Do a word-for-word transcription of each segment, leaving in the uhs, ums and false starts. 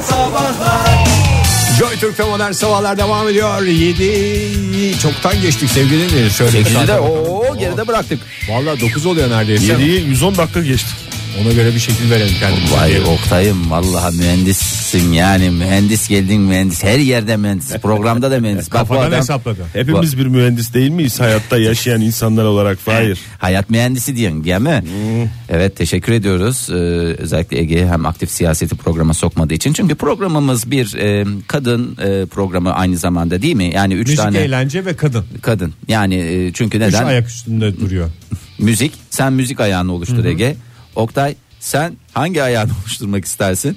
Sabahlar. Joy Türk'te modern sabahlar devam ediyor. yedi çoktan geçtik sevgili dinleyiciler. Şöyle sekizi de o geride bıraktık. Vallahi dokuz oluyor neredeyse. yediyi yüz on dakika geçtik. Ona göre bir şekil verelim kendimize. Vay Oktay'ım vallahi mühendissin yani, mühendis geldin mühendis, her yerde mühendis, programda da mühendis. Bak, Kafadan adam, hesapladı. Hepimiz bir mühendis değil miyiz hayatta yaşayan insanlar olarak? Hayır. Hayat mühendisi diyorsun değil mi? Hmm. Evet, teşekkür ediyoruz. Ee, özellikle Ege hem aktif siyaseti programa sokmadığı için. Çünkü programımız bir e, kadın e, programı aynı zamanda, değil mi? Yani üç müzik, tane. Müzik, eğlence ve kadın. Kadın. Yani e, çünkü neden? Üç ayak üstünde duruyor. Müzik. Sen müzik ayağını oluştur, hı-hı, Ege. Oktay, sen hangi ayağını oluşturmak istersin?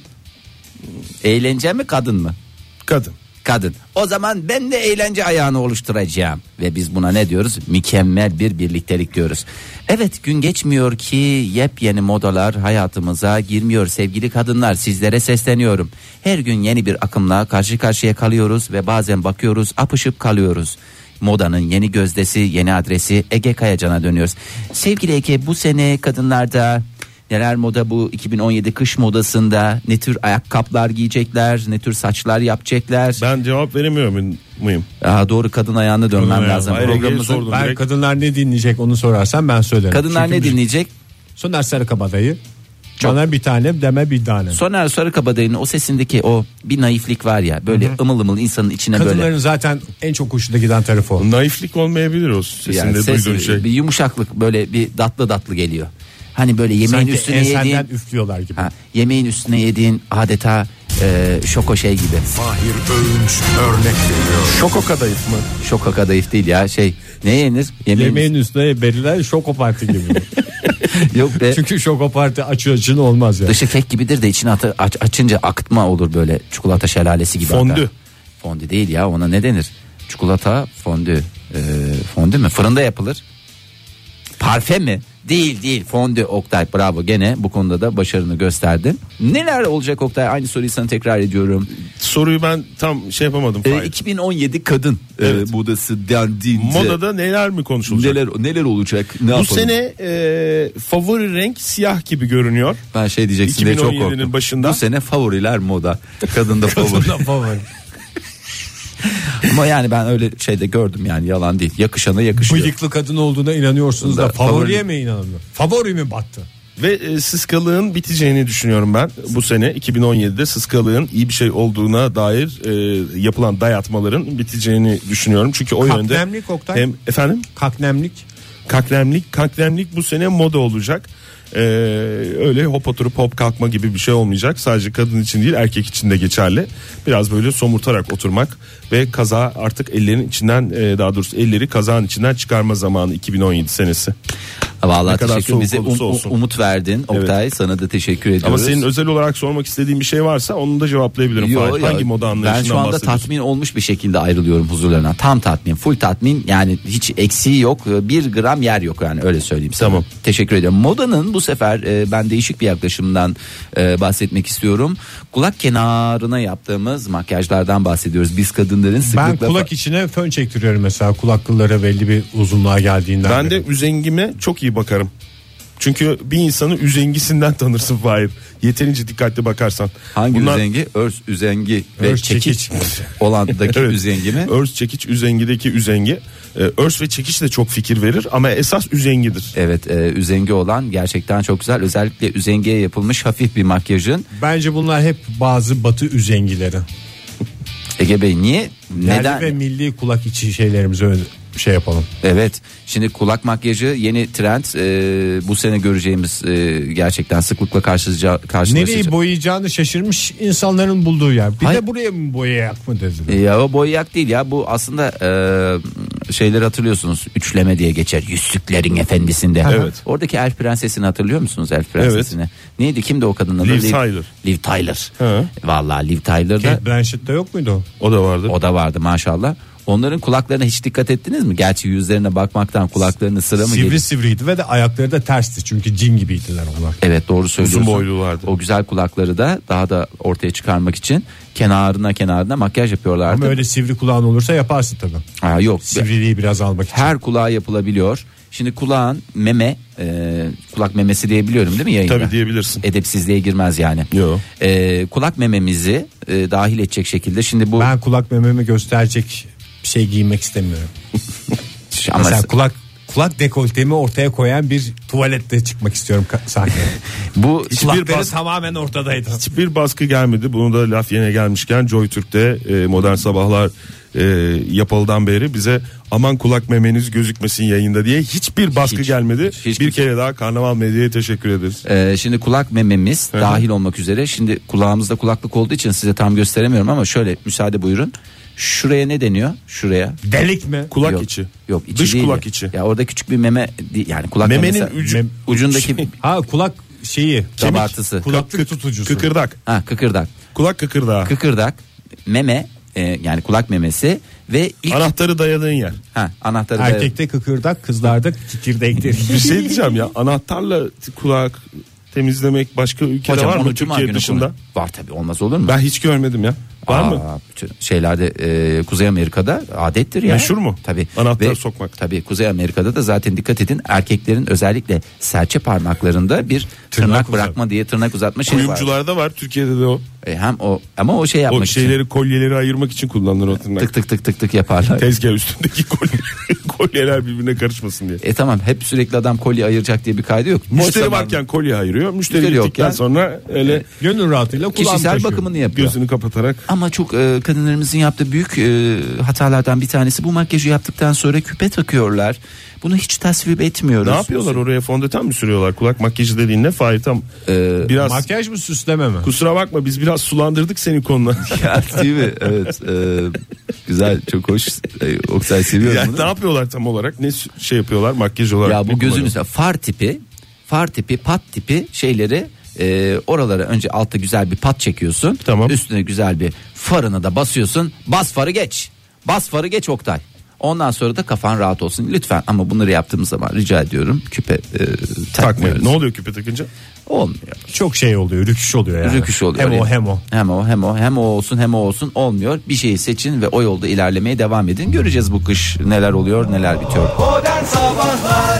Eğlence mi, kadın mı? Kadın. Kadın. O zaman ben de eğlence ayağını oluşturacağım. Ve biz buna ne diyoruz? Mükemmel bir birliktelik diyoruz. Evet, gün geçmiyor ki yepyeni modalar hayatımıza girmiyor sevgili kadınlar. Sizlere sesleniyorum. Her gün yeni bir akımla karşı karşıya kalıyoruz ve bazen bakıyoruz apışıp kalıyoruz. Modanın yeni gözdesi, yeni adresi Ege Kayacan'a dönüyoruz. Sevgili Ege, bu sene kadınlarda neler moda bu iki bin on yedi kış modasında? Ne tür ayakkabılar giyecekler, ne tür saçlar yapacaklar? Ben cevap veremiyor muyum? Aa, doğru, kadın ayağına dönmem kadın lazım. Hayır, Programımızın... Ben direkt. kadınlar ne dinleyecek onu sorarsan ben söylerim. Kadınlar Çünkü ne müzik... dinleyecek? Soner Sarıkabadayı. Bana bir tane deme bir tane. Soner Sarıkabadayı'nın o sesindeki o bir naiflik var ya, böyle, hı-hı, ımıl ımıl insanın içine kadınların böyle. Kadınların zaten en çok hoşuna giden tarafı o. Naiflik olmayabilir o sesinde, yani ses, duyduğun şey. Bir yumuşaklık, böyle bir tatlı tatlı geliyor. Hani böyle yemeğin sanki üstüne yediğin, üflüyorlar gibi. Ha, yemeğin üstüne yediğin adeta e, şoko şey gibi. Fahir Öğünç örnek veriyor. Şoko kadayıf mı? Şoko kadayıf değil ya, şey ne yenir? Yemeğin, yemeğin üstüne verilen şoko parti gibi. Yok be. Çünkü şoko parti açı açın olmaz ya. Dışı kek gibidir de içine atı, aç, açınca akıtma olur, böyle çikolata şelalesi gibi. Fondü. Hatta. Fondü değil ya, ona ne denir? Çikolata fondü. E, fondü mü? Fırında yapılır. Parfüm mi? Değil değil, fondü. Oktay, bravo, gene bu konuda da başarını gösterdin. Neler olacak Oktay? Aynı soruyu sana tekrar ediyorum. Soruyu ben tam şey yapamadım. E, iki bin on yedi kadın evet. e, modası dendiğinde. Modada neler mi konuşulacak? Neler neler olacak? Ne bu yapalım? sene e, favori renk siyah gibi görünüyor. Ben şey diyeceksin diye çok korktum. Başında. Bu sene favoriler moda. Kadında favori. Kadında favori. Ama yani ben öyle şeyde gördüm, yani yalan değil. Yakışana yakışıyor. Bıyıklı kadın olduğuna inanıyorsunuz da, da favoriye favori... mi inanmıyor? Favori mi battı? Ve e, sıskalığın biteceğini düşünüyorum ben. Bu sene iki bin on yedide sıskalığın iyi bir şey olduğuna dair e, yapılan dayatmaların biteceğini düşünüyorum. Çünkü o yönde kaknemlik Oktay. Hem efendim? Kaknemlik. Kaknemlik, kaknemlik bu sene moda olacak. Ee, öyle hop oturup hop kalkma gibi bir şey olmayacak. Sadece kadın için değil, erkek için de geçerli. Biraz böyle somurtarak oturmak ve kaza artık ellerin içinden, daha doğrusu elleri kazağın içinden çıkarma zamanı iki bin on yedi senesi. Vallahi teşekkür, bize um, olsun. umut verdin Oktay, evet. Sana da teşekkür ediyoruz. Ama senin özel olarak sormak istediğin bir şey varsa onu da cevaplayabilirim. Yo, Hangi moda anlayışından ben şu anda tatmin olmuş bir şekilde ayrılıyorum huzurlarına. Tam tatmin, full tatmin, yani hiç eksiği yok, bir gram yer yok, yani öyle söyleyeyim sana. Tamam. Teşekkür ediyorum. Modanın bu sefer e, ben değişik bir yaklaşımdan e, bahsetmek istiyorum. Kulak kenarına yaptığımız makyajlardan bahsediyoruz. Biz kadınların sıklıkla... Ben kulak içine fön çektiriyorum mesela, kulak kılları belli bir uzunluğa geldiğinden. Ben beri. de üzengime çok iyi bakarım. Çünkü bir insanı üzengisinden tanırsın Fahir. Yeterince dikkatli bakarsan. Hangi Bunlar... üzengi? Örs üzengi ve Örs, çekiç, çekiç. olandaki evet. üzengi mi? Örs, çekiç, üzengideki üzengi. Ee, örs ve çekiç de çok fikir verir ama esas üzengidir. Evet, e, üzengi olan gerçekten çok güzel. Özellikle üzengiye yapılmış hafif bir makyajın. Bence bunlar hep bazı batı üzengileri. Ege Bey niye? Yerli Neden? ve milli kulak içi şeylerimizi öyle şey yapalım. Evet, şimdi kulak makyajı yeni trend. Ee, bu sene göreceğimiz e, gerçekten sıklıkla karşılaşacağımız. Nereyi boyayacağını şaşırmış insanların bulduğu yer. Bir Hayır. de buraya mı boyayak mı dediler? Ya o boyayak değil ya, bu aslında e, şeyleri hatırlıyorsunuz, üçleme diye geçer, Yüzüklerin Efendisi'nde. Evet. Oradaki Elf Prensesi'ni hatırlıyor musunuz, Elf Prensesi'ni? Evet. Neydi, kimdi o kadının adı? Liv Tyler. Liv Tyler. Hı. Vallahi Liv Tyler'da. Kate Blanchett'te yok muydu o? O da vardı. O da vardı maşallah. Onların kulaklarına hiç dikkat ettiniz mi? Gerçi yüzlerine bakmaktan kulaklarını sıra mı Sivri geliyor? sivriydi ve de ayakları da tersti çünkü cin gibiydiler onlar. Evet, doğru söylüyorsun. Uzun boylulardı. O güzel kulakları da daha da ortaya çıkarmak için kenarına kenarına makyaj yapıyorlardı. Ama öyle sivri kulağın olursa yaparsın tabii. Aa, yok. Sivriliği biraz almak için. Her kulağa yapılabiliyor. Şimdi kulağın meme, e, kulak memesi diyebiliyorum değil mi yayında? Tabii diyebilirsin. Edepsizliğe girmez yani. Yok. E, kulak mememizi e, dahil edecek şekilde şimdi bu. Ben kulak mememi gösterecek bir şey giymek istemiyorum. Ama Mesela kulak kulak dekoltemi ortaya koyan bir tuvalette çıkmak istiyorum sahneye. bu Kulakları bas- tamamen ortadaydı. Hiçbir baskı gelmedi. Bunu da laf yine gelmişken Joy Türk'te e, Modern Sabahlar e, yapalıdan beri bize aman kulak memeniz gözükmesin yayında diye hiçbir baskı Hiç, gelmedi. hiç- bir kere daha Karnaval Medya'ya teşekkür ederiz. Ee, şimdi kulak mememiz dahil olmak üzere. Şimdi kulağımızda kulaklık olduğu için size tam gösteremiyorum ama şöyle müsaade buyurun. Şuraya ne deniyor? Şuraya. Delik mi? Kulak Yok, içi. Yok, içi Dış değil. kulak içi. Ya orada küçük bir meme değil, yani kulak Memenin memesi, ucu- mem- ucundaki Ha kulak şeyi. kabartısı. Kulaklık tutucusu. Kıkırdak. Ha kıkırdak. Kulak kıkırdağı. Kıkırdak, meme e, yani kulak memesi ve ilk Anahtarı dayadığın yer. ha anahtarı da Erkekte kıkırdak, kızlarda kikirdektir. Bir şey diyeceğim ya, anahtarla kulak temizlemek başka ülkede Hocam var mı onu cuma Türkiye günü dışında? konu- Var tabii, olmaz olur mu? Ben hiç görmedim ya. Var Aa, mı? bütün şeylerde e, Kuzey Amerika'da adettir ya. Meşhur mu? Tabii. Anahtar Ve sokmak. Tabii Kuzey Amerika'da da zaten dikkat edin, erkeklerin özellikle serçe parmaklarında bir tırnak, uzat- bırakma diye tırnak uzatma şeyi var. Kuyumcularda var, Türkiye'de de o. E, hem o ama o şey yapmak O için şeyleri, kolyeleri ayırmak için kullanılır o tırnak. tık tık tık tık tık yaparlar. Tezgah üstündeki kolye, kolyeler birbirine karışmasın diye. E tamam, hep sürekli adam kolye ayıracak diye bir kaydı yok. Boş Müşteri zaman- varken kolye ayırıyor. Müşteri, Müşteri gittikten yokken- sonra öyle Gönül rahatıyla kulağını kişisel taşıyor. bakımını yapıyor. gözünü kapatarak. Ama çok e, kadınlarımızın yaptığı büyük e, hatalardan bir tanesi, bu makyajı yaptıktan sonra küpe takıyorlar. Bunu hiç tasvip etmiyoruz. Ne yapıyorlar, oraya fondöten mi sürüyorlar? Kulak makyajı dediğin ne Fahir, tam Ee, biraz Makyaj mı, süsleme mi? kusura bakma, biz biraz sulandırdık senin konuna. Ya, değil mi? Evet. e, güzel, çok hoş. E, Oktay seviyorum Yani bunu. ne yapıyorlar tam olarak? Ne sü- şey yapıyorlar makyaj olarak? Ya Ne bu gözünüzü kullanıyorlar? far tipi, far tipi, pat tipi şeyleri e, oralara önce altta güzel bir pat çekiyorsun. Tamam. Üstüne güzel bir farını da basıyorsun. Bas farı geç. Bas farı geç Oktay. Ondan sonra da kafan rahat olsun lütfen, ama bunları yaptığımız zaman rica ediyorum küpe e, Takmayın. takmıyoruz. Ne oluyor küpe takınca? Olmuyor. Çok şey oluyor, rüküş oluyor yani. Rüküş oluyor. Hem öyle. o hem o. Hem o hem o hem o olsun hem o olsun, olmuyor. Bir şeyi seçin ve o yolda ilerlemeye devam edin. Göreceğiz bu kış neler oluyor, neler bitiyor. Modern Sabahlar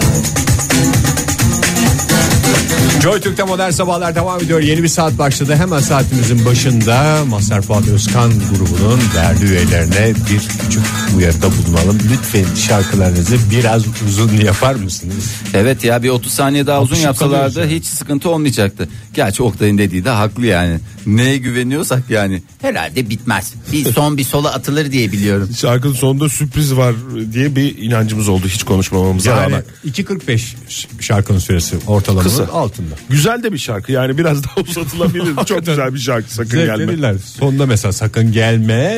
Joy Türk'te Modern Sabahlar devam ediyor. Yeni bir saat başladı. Hemen saatimizin başında Mazhar Fuat Özkan grubunun değerli üyelerine bir küçük uyarıda bulunalım. Lütfen şarkılarınızı biraz uzun yapar mısınız? Evet ya, bir otuz saniye daha uzun Alışık yapsalardı kalıyoruz hiç sıkıntı olmayacaktı. Gerçi Oktay'ın dediği de haklı yani. Neye güveniyorsak yani. Herhalde bitmez. Bir son bir sola atılır diye biliyorum. Şarkının sonunda sürpriz var diye bir inancımız oldu hiç konuşmamamıza Yani rağmen. iki kırk beş şarkının süresi ortalamanın Kısa. altında. Güzel de bir şarkı yani, biraz daha uzatılabilir. Çok güzel bir şarkı, sakın gelme. Zevkleriler. Sonunda mesela sakın gelme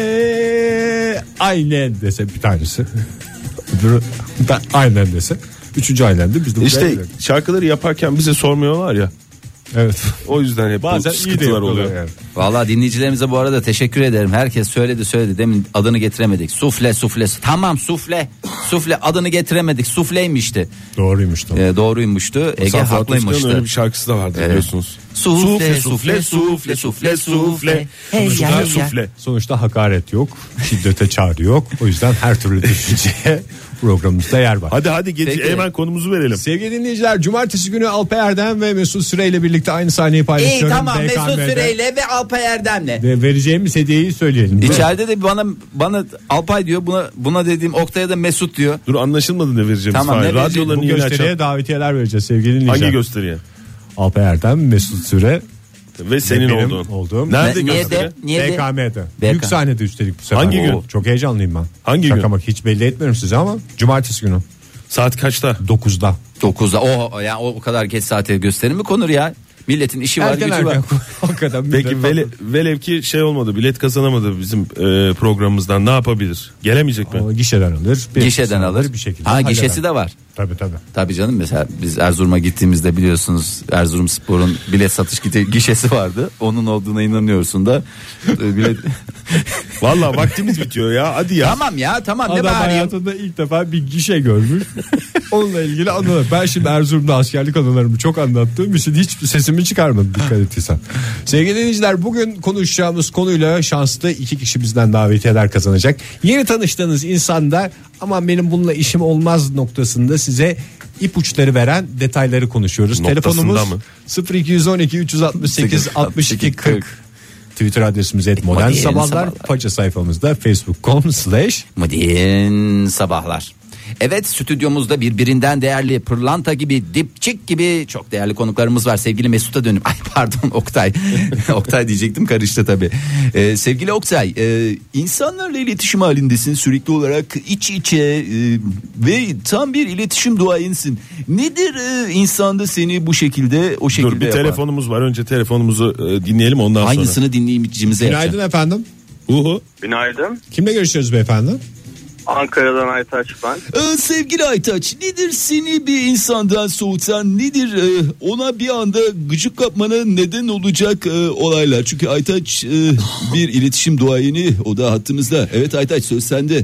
aynen dese bir tanesi. Öbürü da aynen dese. Üçüncü aynen de biz de İşte işte, şarkıları yaparken bize sormuyorlar ya. evet. O yüzden hep Bazen bu iyi de sıkıntılar yapıyorlar oluyor. yani. Vallahi dinleyicilerimize bu arada teşekkür ederim. Herkes söyledi söyledi. Demin adını getiremedik. Sufle sufle. Tamam sufle. Sufle adını getiremedik. Sufleymişti. Doğruymuş tamam. Ee, doğruymuştu. Ege Mazhar Fuat Özkan'ın haklıymıştı. öyle bir şarkısı da vardı, Evet. biliyorsunuz. Sufle sufle sufle sufle sufle. Hey ya, Sonuçta hey ya. sufle. Sonuçta hakaret yok, şiddete çağrı yok. O yüzden her türlü düşünceye programımızda yer var. Hadi hadi geç, Peki. hemen konumuzu verelim. Sevgili dinleyiciler, cumartesi günü Alpay Erdem ve Mesut Süre ile birlikte aynı sahneyi İyi paylaşıyorum. tamam, B K Mesut M'de. Süreyle ve Alpay Erdem'le. Ve vereceğimiz hediyeyi söyleyelim. İçeride de bana bana Alpay diyor, buna buna dediğim Oktay'a da Mesut diyor. Dur, anlaşılmadı ne vereceğimiz. Tamam, Fahir. ne vereceğiz? Radyolarını Bu yeni gösteriye açan. davetiyeler vereceğiz sevgili dinleyiciler. Hangi gösteriye? Alpay Erdem, Mesut Süre Ve senin benim olduğun. olduğum. Nerede Ne- niye gösteri? de? Niye de? B K M'de. B K. Büyük sahnede üstelik bu sefer. Hangi gün? Oo, çok heyecanlıyım ben. Hangi Şaka gün? bak, hiç belli etmiyorum size ama cumartesi günü Saat kaçta? dokuzda. dokuzda o yani o kadar geç saate gösterim mi konur ya? Milletin işi var, Erken gücü var. erken. Hakikaten Peki millet- vele, velev ki şey olmadı, bilet kazanamadı bizim e, programımızdan, ne yapabilir? Gelemeyecek mi? O gişeden alır. bir Gişeden alır, alır. bir şekilde. Ha, halleder. gişesi de var. Tabii tabii. Tabii canım, mesela biz Erzurum'a gittiğimizde biliyorsunuz Erzurumspor'un bilet satış gite- gişesi vardı. Onun olduğuna inanıyorsun da. Ee, bilet... Vallahi vaktimiz bitiyor ya, hadi ya. tamam ya tamam, ne Adam bağırayım. hayatında ilk defa bir gişe görmüş. Onunla ilgili anılar. Ben şimdi Erzurum'da askerlik anılarımı çok anlattığım için hiç sesimi çıkarmadım, dikkat ettiysen. Sevgili dinleyiciler, bugün konuşacağımız konuyla şanslı iki kişi bizden davetiyeler kazanacak. Yeni tanıştığınız insanda aman benim bununla işim olmaz noktasında size ipuçları veren detayları konuşuyoruz. Noktasında Telefonumuz mı? sıfır iki yüz on iki üç yüz altmış sekiz altmış iki kırk. Twitter adresimiz et modern Modern sabahlar. Sabahlar. Faça sayfamızda facebook nokta com slash Modern sabahlar. Evet, stüdyomuzda birbirinden değerli, pırlanta gibi, dipçik gibi çok değerli konuklarımız var. Sevgili Mesut'a dönüp ay pardon Oktay Oktay diyecektim, karıştı tabii. Ee, sevgili Oktay, e, insanlarla iletişim halindesin sürekli olarak, iç içe e, ve tam bir iletişim duayenisin. Nedir e, insanda seni bu şekilde o şekilde Dur bir yapan? telefonumuz var, önce telefonumuzu e, dinleyelim ondan sonra. Aynısını dinleyicimize günaydın yapacağım. efendim. Uhu. Günaydın. Kimle görüşüyoruz beyefendi? Ankara'dan Aytaç ben. Ee, sevgili Aytaç, nedir seni bir insandan soğutan, nedir e, ona bir anda gıcık kapmana neden olacak e, olaylar? Çünkü Aytaç e, bir iletişim duayeni, o da hattımızda. Evet Aytaç, söz sende.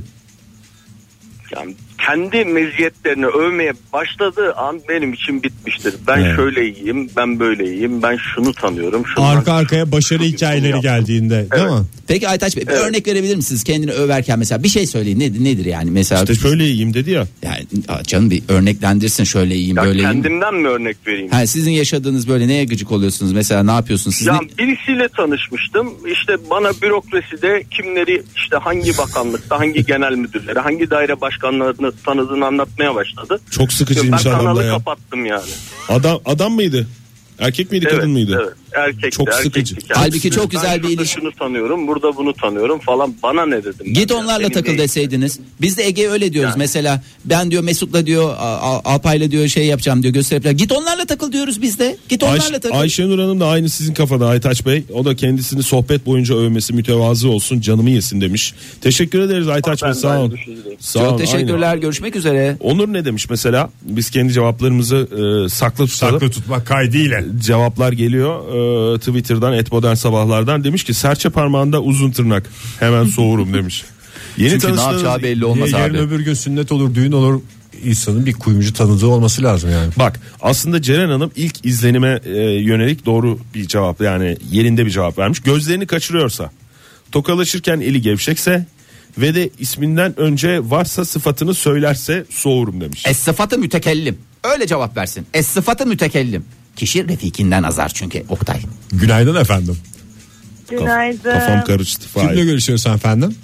Yani kendi meziyetlerini övmeye başladığı an benim için bitmiştir. Ben Evet. şöyle iyiyim, ben böyle iyiyim, ben şunu tanıyorum. Şundan Arka arkaya başarı şunu hikayeleri yaptım. geldiğinde değil Evet. mi? Peki Aytaç Bey, bir Evet. örnek verebilir misiniz? Kendini överken mesela bir şey söyleyin. Nedir, nedir yani? Mesela İşte şöyle iyiyim dedi ya. yani canım bir örneklendirsin, şöyle iyiyim, Ya böyle iyiyim. kendimden mi örnek vereyim? Ha, sizin yaşadığınız böyle neye gıcık oluyorsunuz? Mesela ne yapıyorsunuz? Siz Ya ne- birisiyle tanışmıştım. İşte bana bürokraside kimleri, işte hangi bakanlıkta, hangi genel müdürleri, hangi daire başkanlarını tanıdığını anlatmaya başladı. Çok Ben sıkıcıymış adam da kanalı ya. kapattım yani. Adam adam mıydı? Erkek miydi, Evet, kadın mıydı? evet. Erkekti, Çok erkekti sıkıcı. kendisi. Halbuki çok güzel Ben bir şurada ilişki. şunu tanıyorum, burada bunu tanıyorum falan, bana ne dedim. Git ben onlarla ya, takıl benim değil. deseydiniz. Biz de Ege öyle diyoruz. Yani. Mesela ben diyor Mesut'la diyor A- A- Alpay'la diyor şey yapacağım diyor, gösterip git onlarla takıl diyoruz biz de. Git onlarla Ayş, takıl. Ayşenur Hanım da aynı sizin kafada Aytaç Bey. O da kendisini sohbet boyunca övmesi, mütevazı olsun, canımı yesin demiş. Teşekkür ederiz Aytaç Ben Bey, de sağ aynı olun. düşüncedeyim. Sağ Çok olun, teşekkürler. aynen. Görüşmek üzere. Onur ne demiş mesela? Biz kendi cevaplarımızı e, saklı tutalım. Saklı tutmak kaydıyla. Cevaplar geliyor e, Twitter'dan et modern sabahlardan, demiş ki serçe parmağında uzun tırnak, hemen soğurum demiş. Yeni Çünkü ne tanıştığınız- yapacağı belli olmaz Yarın abi. öbür gün sünnet olur, düğün olur, insanın bir kuyumcu tanıdığı olması lazım yani. Bak aslında Ceren Hanım ilk izlenime e, yönelik doğru bir cevap, yani yerinde bir cevap vermiş. Gözlerini kaçırıyorsa, tokalaşırken eli gevşekse ve de isminden önce varsa sıfatını söylerse soğurum demiş. Es sıfatı mütekellim. Öyle cevap versin. Es sıfatı mütekellim. Kişi refikinden azar çünkü Oktay. Günaydın efendim. Günaydın. Kafam karıştı. Kimle Fahir. görüşüyorsun efendim?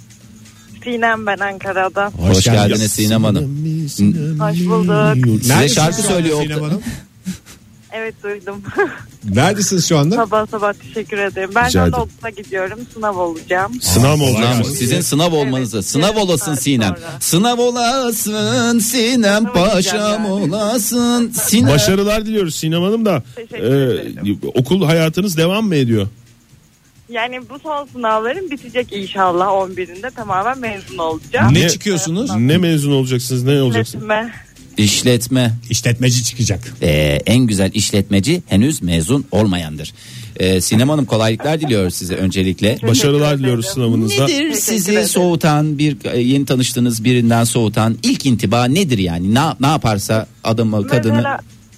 Sinem ben Ankara'dan. Hoş, geldiniz Sinem Hanım. Hoş bulduk. Size Neredesiniz şarkı şu anda söylüyor Sinem Oktay. Hanım? Evet duydum. Neredesiniz şu anda? sabah sabah teşekkür ederim. Ben Rica şu anda ederim. okula gidiyorum. Sınav olacağım. Sınav mı olacak? Sınav, sizin sınav olmanızı. Evet, Sınav yarım olasın saat Sinem. sonra. Sınav olasın Sinem Sınav paşam olacağım yani. olasın Sinem. Başarılar diliyoruz Sinem Hanım da. Teşekkür e, ederim. okul hayatınız devam mı ediyor? Yani bu son sınavlarım bitecek inşallah on birinde tamamen mezun olacağım. Ne Ne- çıkıyorsunuz? Ne mezun olacaksınız, ne olacaksınız? İşletme. İşletme. İşletmeci çıkacak. Ee, en güzel işletmeci henüz mezun olmayandır. Ee, Sinem Hanım kolaylıklar diliyoruz size öncelikle. Başarılar ederim. diliyoruz sınavınızda. Nedir Teşekkür sizi ederim. soğutan, bir e, yeni tanıştığınız birinden soğutan ilk intiba nedir yani? Ne, ne yaparsa adamı, kadını. Mesela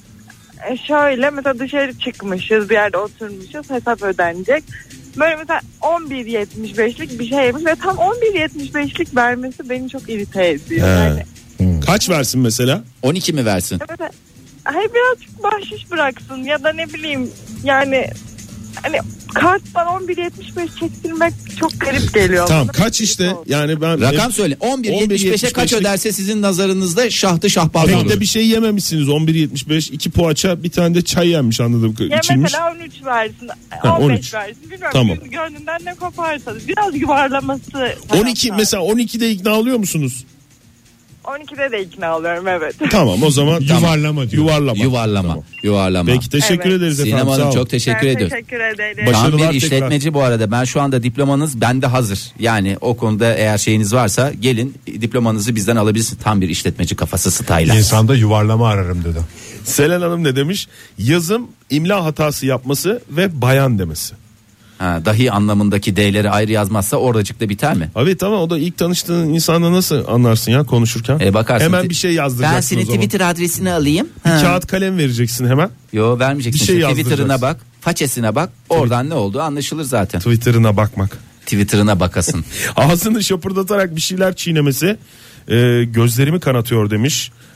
e, şöyle mesela dışarı çıkmışız, bir yerde oturmuşuz, hesap ödenecek. Böyle mesela on bir yetmiş beşlik bir şey yapmış ve tam on bir yetmiş beşlik vermesi beni çok irite ediyor. He. Yani Kaç versin mesela? on iki mi versin? mesela hayır birazcık bahşiş bıraksın ya da ne bileyim yani hani karttan on bir yetmiş beş çektirmek çok garip geliyor. Tamam bana. kaç işte, yani ben Rakam söyle. on bir yetmiş beşe kaç beşlik öderse sizin nazarınızda şahtı şahbaz Pek olur. de bir şey yememişsiniz. on bir yetmiş beş iki poğaça, bir tane de çay yenmiş, anladım, Ya içilmiş. mesela on üç versin, Ha, on beş on üç. versin. Bilmiyorum Tamam. gön- gönlünden ne koparsa biraz yuvarlaması. on iki mesela, on ikide ikna oluyor musunuz? on ikide de ikna oluyorum evet. Tamam o zaman Yuvarlama diyor. yuvarlama. Yuvarlama. Tamam. Yuvarlama. Peki teşekkür Evet. ederiz Sinem efendim. Hanım sağ olun. çok teşekkür Ben ediyorum. teşekkür ederim. Baş- Tam Başarılar bir tekrar. işletmeci bu arada. Ben şu anda diplomanız bende hazır. Yani o konuda eğer şeyiniz varsa gelin diplomanızı bizden alabilirsiniz. Tam bir işletmeci kafası style'a. İnsanda yuvarlama ararım dedi. Selen Hanım ne demiş? Yazım imla hatası yapması ve bayan demesi. Ha, dahi anlamındaki D'leri ayrı yazmazsa oracıkta biter mi? Evet ama o da ilk tanıştığın insanla nasıl anlarsın ya konuşurken? E, bakarsın. Hemen bir şey Ben yazdıracaksın senin o zaman. Twitter adresini alayım. Bir Ha. kağıt kalem vereceksin hemen. Yo vermeyeceksin. Bir şey İşte Twitter'ına yazdıracaksın. bak, façesine bak. Oradan ne olduğu anlaşılır zaten. Twitter'ına bakmak. Twitter'ına bakasın. Ağzını şapırdatarak bir şeyler çiğnemesi e, gözlerimi kanatıyor demiş.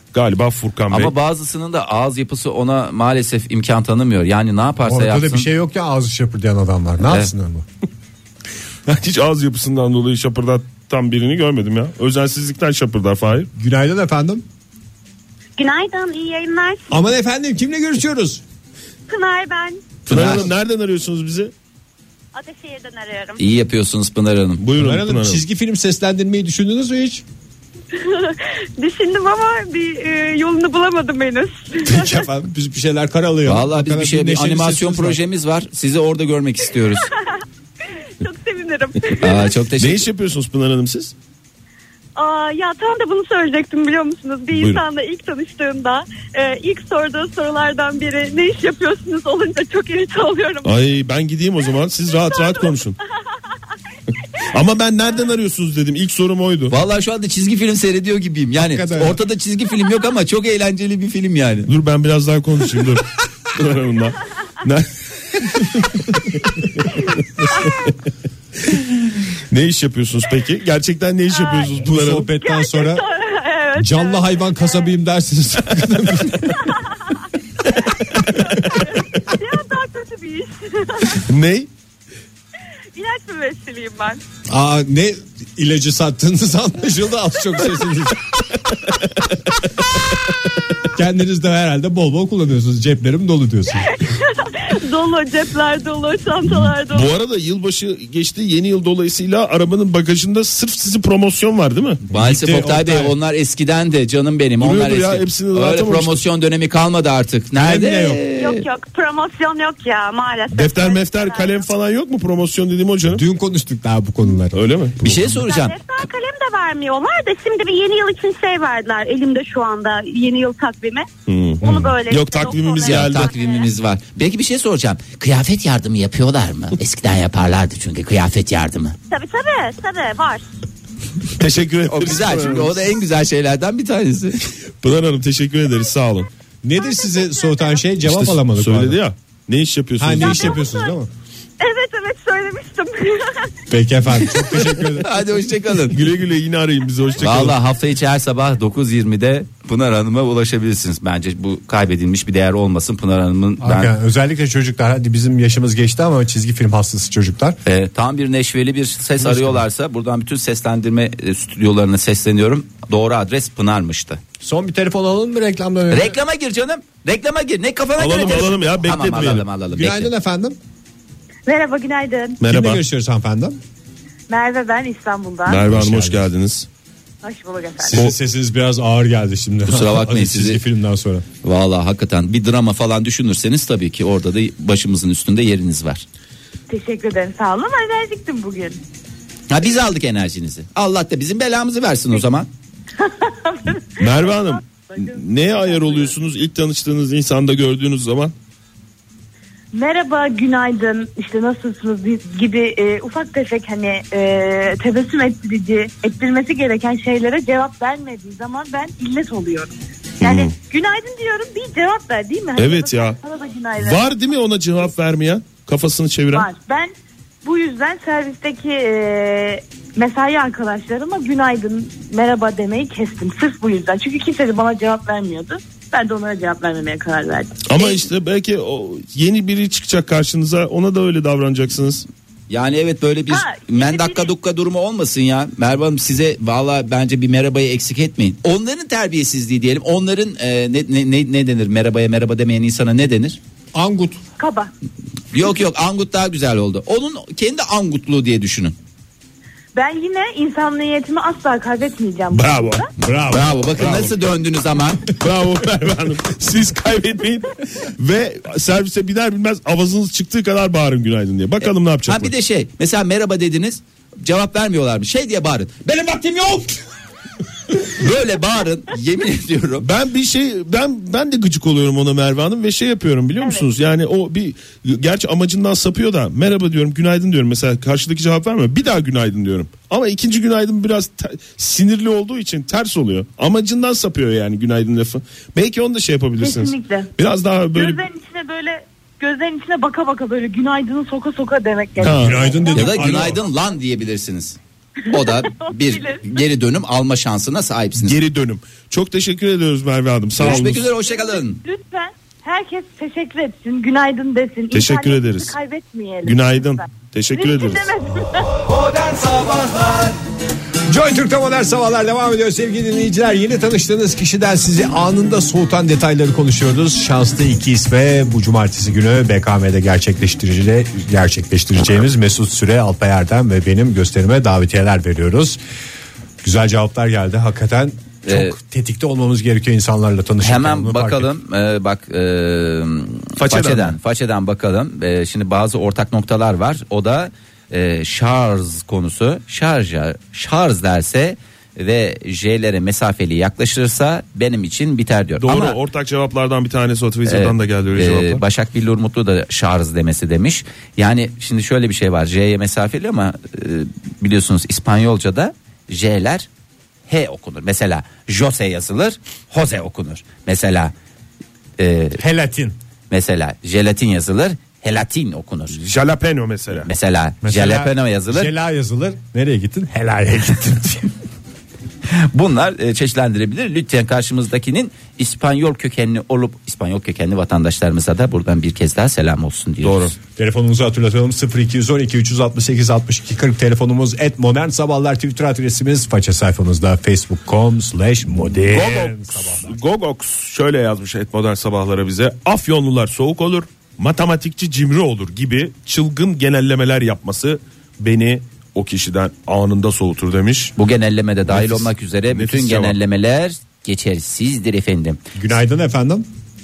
Galiba Furkan Bey. Ama bazısının da ağız yapısı ona maalesef imkan tanımıyor. Yani ne yaparsa Ortada yapsın. da bir şey yok ya, ağzı şapırdayan adamlar. Ne Evet. yapsın ama? Hiç ağız yapısından dolayı şapırdatan birini görmedim ya. Özensizlikten şapırdar Fahir. Günaydın efendim. Günaydın, iyi yayınlar. Aman efendim, kimle görüşüyoruz? Pınar ben. Pınar Hanım nereden arıyorsunuz bizi? Ataşehir'den arıyorum. İyi yapıyorsunuz Pınar Hanım. Buyurun Pınar Pınar Hanım, Hanım. çizgi film seslendirmeyi düşündünüz mü hiç? Düşündüm ama bir e, yolunu bulamadım henüz. Peki efendim, biz bir şeyler karalayalım. Vallahi biz bir şey bir Neşeli animasyon sesiniz var. projemiz var. Sizi orada görmek istiyoruz. Çok sevinirim. Aa, çok teşekkür Ne iş yapıyorsunuz Pınar Hanım siz? Aa, ya tam da bunu söyleyecektim, biliyor musunuz? Bir Buyurun. insanla ilk tanıştığımda e, ilk sorduğu sorulardan biri ne iş yapıyorsunuz olunca çok irite oluyorum. Ay ben gideyim o zaman, siz rahat rahat konuşun. Ama ben nereden arıyorsunuz dedim, ilk sorum oydu. Vallahi şu anda çizgi film seyrediyor gibiyim. Yani Hakikaten. ortada çizgi film yok ama çok eğlenceli bir film yani. Dur ben biraz daha konuşayım dur. Pınar Hanım'la. Ne? Ne iş yapıyorsunuz peki? Gerçekten ne iş yapıyorsunuz Bu Pınar Hanım? sohbetten sonra Evet. canlı hayvan kasabıyım dersiniz. Ya daha kötü bir iş. Ne? İlaç müvessiliyim ben. Aa, ne ilacı sattığınız anlaşıldı az çok sesiniz. Kendiniz de herhalde bol bol kullanıyorsunuz. Ceplerim dolu diyorsunuz. Dolu, cepler dolu, çantalar dolu. Bu arada yılbaşı geçti, yeni yıl dolayısıyla arabanın bagajında sırf sizi promosyon var değil mi? Maalesef Gitti, Oktay Bey, Oktay. onlar eskiden de canım benim. Duruyordur Onlar ya, eski. hepsini Öyle dağıtamamıştır. promosyon dönemi kalmadı artık. Nerede? bile yok. Yok yok, promosyon yok ya maalesef. Defter mefter kalem falan yok mu promosyon dediğim o canım? Dün konuştuk daha bu konuları. Öyle mi? Bir şey soracağım. Defter kalem de vermiyorlar da şimdi bir yeni yıl için şey verdiler. Elimde şu anda yeni yıl takvimi. Onu böyle. Yok, işte takvimimiz doktorlara- Ya geldi. takvimimiz var. Belki bir şey soracağım. Kıyafet yardımı yapıyorlar mı? Eskiden yaparlardı çünkü kıyafet yardımı. Tabii tabii tabii var. Teşekkür ederiz. O güzel çünkü o da en güzel şeylerden bir tanesi. Pınar Hanım teşekkür ederiz, sağ olun. Nedir sizi soğutan şey? Cevap İşte alamadık. söyledi vallahi. ya. Ne iş yapıyorsunuz? Ha, ne diye. iş yapıyorsunuz değil mi? Evet evet söylemiştim. Peki efendim, çok teşekkür ederim. Hadi hoşçakalın. Güle güle, yine arayın bizi, hoşçakalın. Valla hafta içi her sabah dokuz yirmide Pınar Hanım'a ulaşabilirsiniz. Bence bu kaybedilmiş bir değer olmasın. Pınar Hanım'ın ben Hakikaten, özellikle çocuklar, hadi bizim yaşımız geçti ama çizgi film hastası çocuklar. e, tam bir neşveli bir ses arıyorlarsa buradan bütün seslendirme e, stüdyolarına sesleniyorum. Doğru adres Pınar'mıştı. Son bir telefon alalım mı reklamdan önce? Reklama gir canım. Reklama gir. Ne kafana Alalım, göre telefon- alalım ya, Tamam bekletmeyelim. alalım alalım. Günaydın Bekle. efendim. Merhaba, günaydın. Kimle Merhaba. görüşüyoruz hanımefendi? Merve ben, İstanbul'dan. Merve Hoş Hanım hoş geldiniz. geldiniz. Hoş bulduk efendim. Sizin sesiniz biraz ağır geldi şimdi. Kusura bakmayın, Hadi çizgi sizi- filmden sonra. Valla hakikaten bir drama falan düşünürseniz tabii ki orada da başımızın üstünde yeriniz var. Teşekkür ederim, sağ olun ama enerjiktim bugün. Ha biz aldık enerjinizi. Allah da bizim belamızı versin o zaman. Merve Hanım, neye ayar oluyorsunuz ilk tanıştığınız insanda gördüğünüz zaman? Merhaba, günaydın, işte nasılsınız gibi e, ufak tefek hani e, tebessüm ettirici, ettirmesi gereken şeylere cevap vermediği zaman ben illet oluyorum. Yani Hmm. günaydın diyorum, bir cevap ver değil mi? Hani Evet ya. Sana da günaydın. Var değil mi ona cevap vermeyen, kafasını çeviren? Var. Ben bu yüzden servisteki e, mesai arkadaşlarıma günaydın, merhaba demeyi kestim. Sırf bu yüzden. Çünkü kimse de bana cevap vermiyordu. Ben de onlara cevap vermemeye karar verdim. Ama işte belki o yeni biri çıkacak karşınıza, ona da öyle davranacaksınız. Yani evet, böyle bir Ha, yeni mendakka biri- dukka durumu olmasın ya. Merve Hanım, size valla bence bir merhabayı eksik etmeyin. Onların terbiyesizliği diyelim. Onların e, ne, ne, ne, ne denir? Merhabaya merhaba demeyen insana ne denir? Angut. Kaba. Yok yok, angut daha güzel oldu. Onun kendi angutluğu diye düşünün. Ben yine insanliyetimi asla kaybetmeyeceğim. Bravo. Bravo. Bravo, bakın Bravo. nasıl döndünüz ama. Bravo Merve Hanım. Siz kaybetmeyin ve servise biner bilmez avazınız çıktığı kadar bağırın günaydın diye. Bakalım ne yapacak. Ha bir de şey, mesela merhaba dediniz, cevap vermiyorlar mı? Şey diye bağırın. Benim vaktim yok. Böyle bağırın, yemin ediyorum. Ben bir şey ben ben de gıcık oluyorum ona Merve Hanım ve şey yapıyorum biliyor musunuz? Yani o bir gerçi amacından sapıyor da merhaba diyorum, günaydın diyorum. Mesela karşıdaki cevap vermiyor. Bir daha günaydın diyorum. Ama ikinci günaydın biraz te- sinirli olduğu için ters oluyor. Amacından sapıyor yani günaydın lafı. Belki onu da şey yapabilirsiniz. Kesinlikle. Biraz daha böyle Gözlerin içine böyle gözlerin içine baka baka böyle günaydını soka soka demek gerekiyor. Ha. Günaydın dedim. Ya da Alo. günaydın lan diyebilirsiniz. O da bir geri dönüm alma şansına sahipsiniz. Geri dönüm. Çok teşekkür ediyoruz Merve Hanım. Sağ olun. Görüşmek üzere, hoşçakalın. Lütfen herkes teşekkür etsin, günaydın desin. Teşekkür İnternetimizi ederiz. kaybetmeyelim. Günaydın. Lütfen. Teşekkür Risk ederiz. edemedim. Modern Sabahlar Joy Türk'te modern sabahlar devam ediyor sevgili dinleyiciler. Yeni tanıştığınız kişiden sizi anında soğutan detayları konuşuyoruz. Şanslı iki isme bu cumartesi günü B K M'de gerçekleştirici, gerçekleştireceğimiz Mesut Süre, Alpay Erdem ve benim gösterime davetiyeler veriyoruz. Güzel cevaplar geldi hakikaten. Çok Ee, tetikte olmamız gerekiyor insanlarla tanışırken. Hemen bakalım e, bak e, Façeden. façeden façeden bakalım. E, şimdi bazı ortak noktalar var. O da e, şarj konusu. Şarja şarj derse ve J'lere mesafeli yaklaşırsa benim için biter diyor. Doğru, Ama, ortak cevaplardan bir tanesi o Twitter'dan e, da geldi öyle e, cevaplar. Başak Billur Mutlu da şarj demesi demiş. Yani şimdi şöyle bir şey var. J'ye mesafeli ama e, biliyorsunuz İspanyolca'da J'ler H okunur. Mesela Jose yazılır, Jose okunur. Mesela e, Helatin. mesela jelatin yazılır, helatin okunur. Jalapeno mesela. Mesela, Mesela jalapeno yazılır. Jela yazılır. Nereye gittin? Helaya gittin. Bunlar e, çeşitlendirebilir. Lütfen karşımızdakinin İspanyol kökenli olup İspanyol kökenli vatandaşlarımıza da buradan bir kez daha selam olsun diyoruz. Doğru. Telefonumuzu hatırlatalım sıfır iki on iki üç altı sekiz altmış iki kırk telefonumuz et modern sabahlar Twitter adresimiz faça sayfamızda facebook nokta com slash modern sabahlar. Gogox şöyle yazmış et modern sabahlara bize. Afyonlular soğuk olur, matematikçi cimri olur gibi çılgın genellemeler yapması beni o kişiden anında soğutur demiş. Bu genellemede dahil Nefis, olmak üzere bütün nefis cevap. genellemeler geçersizdir efendim. Günaydın efendim.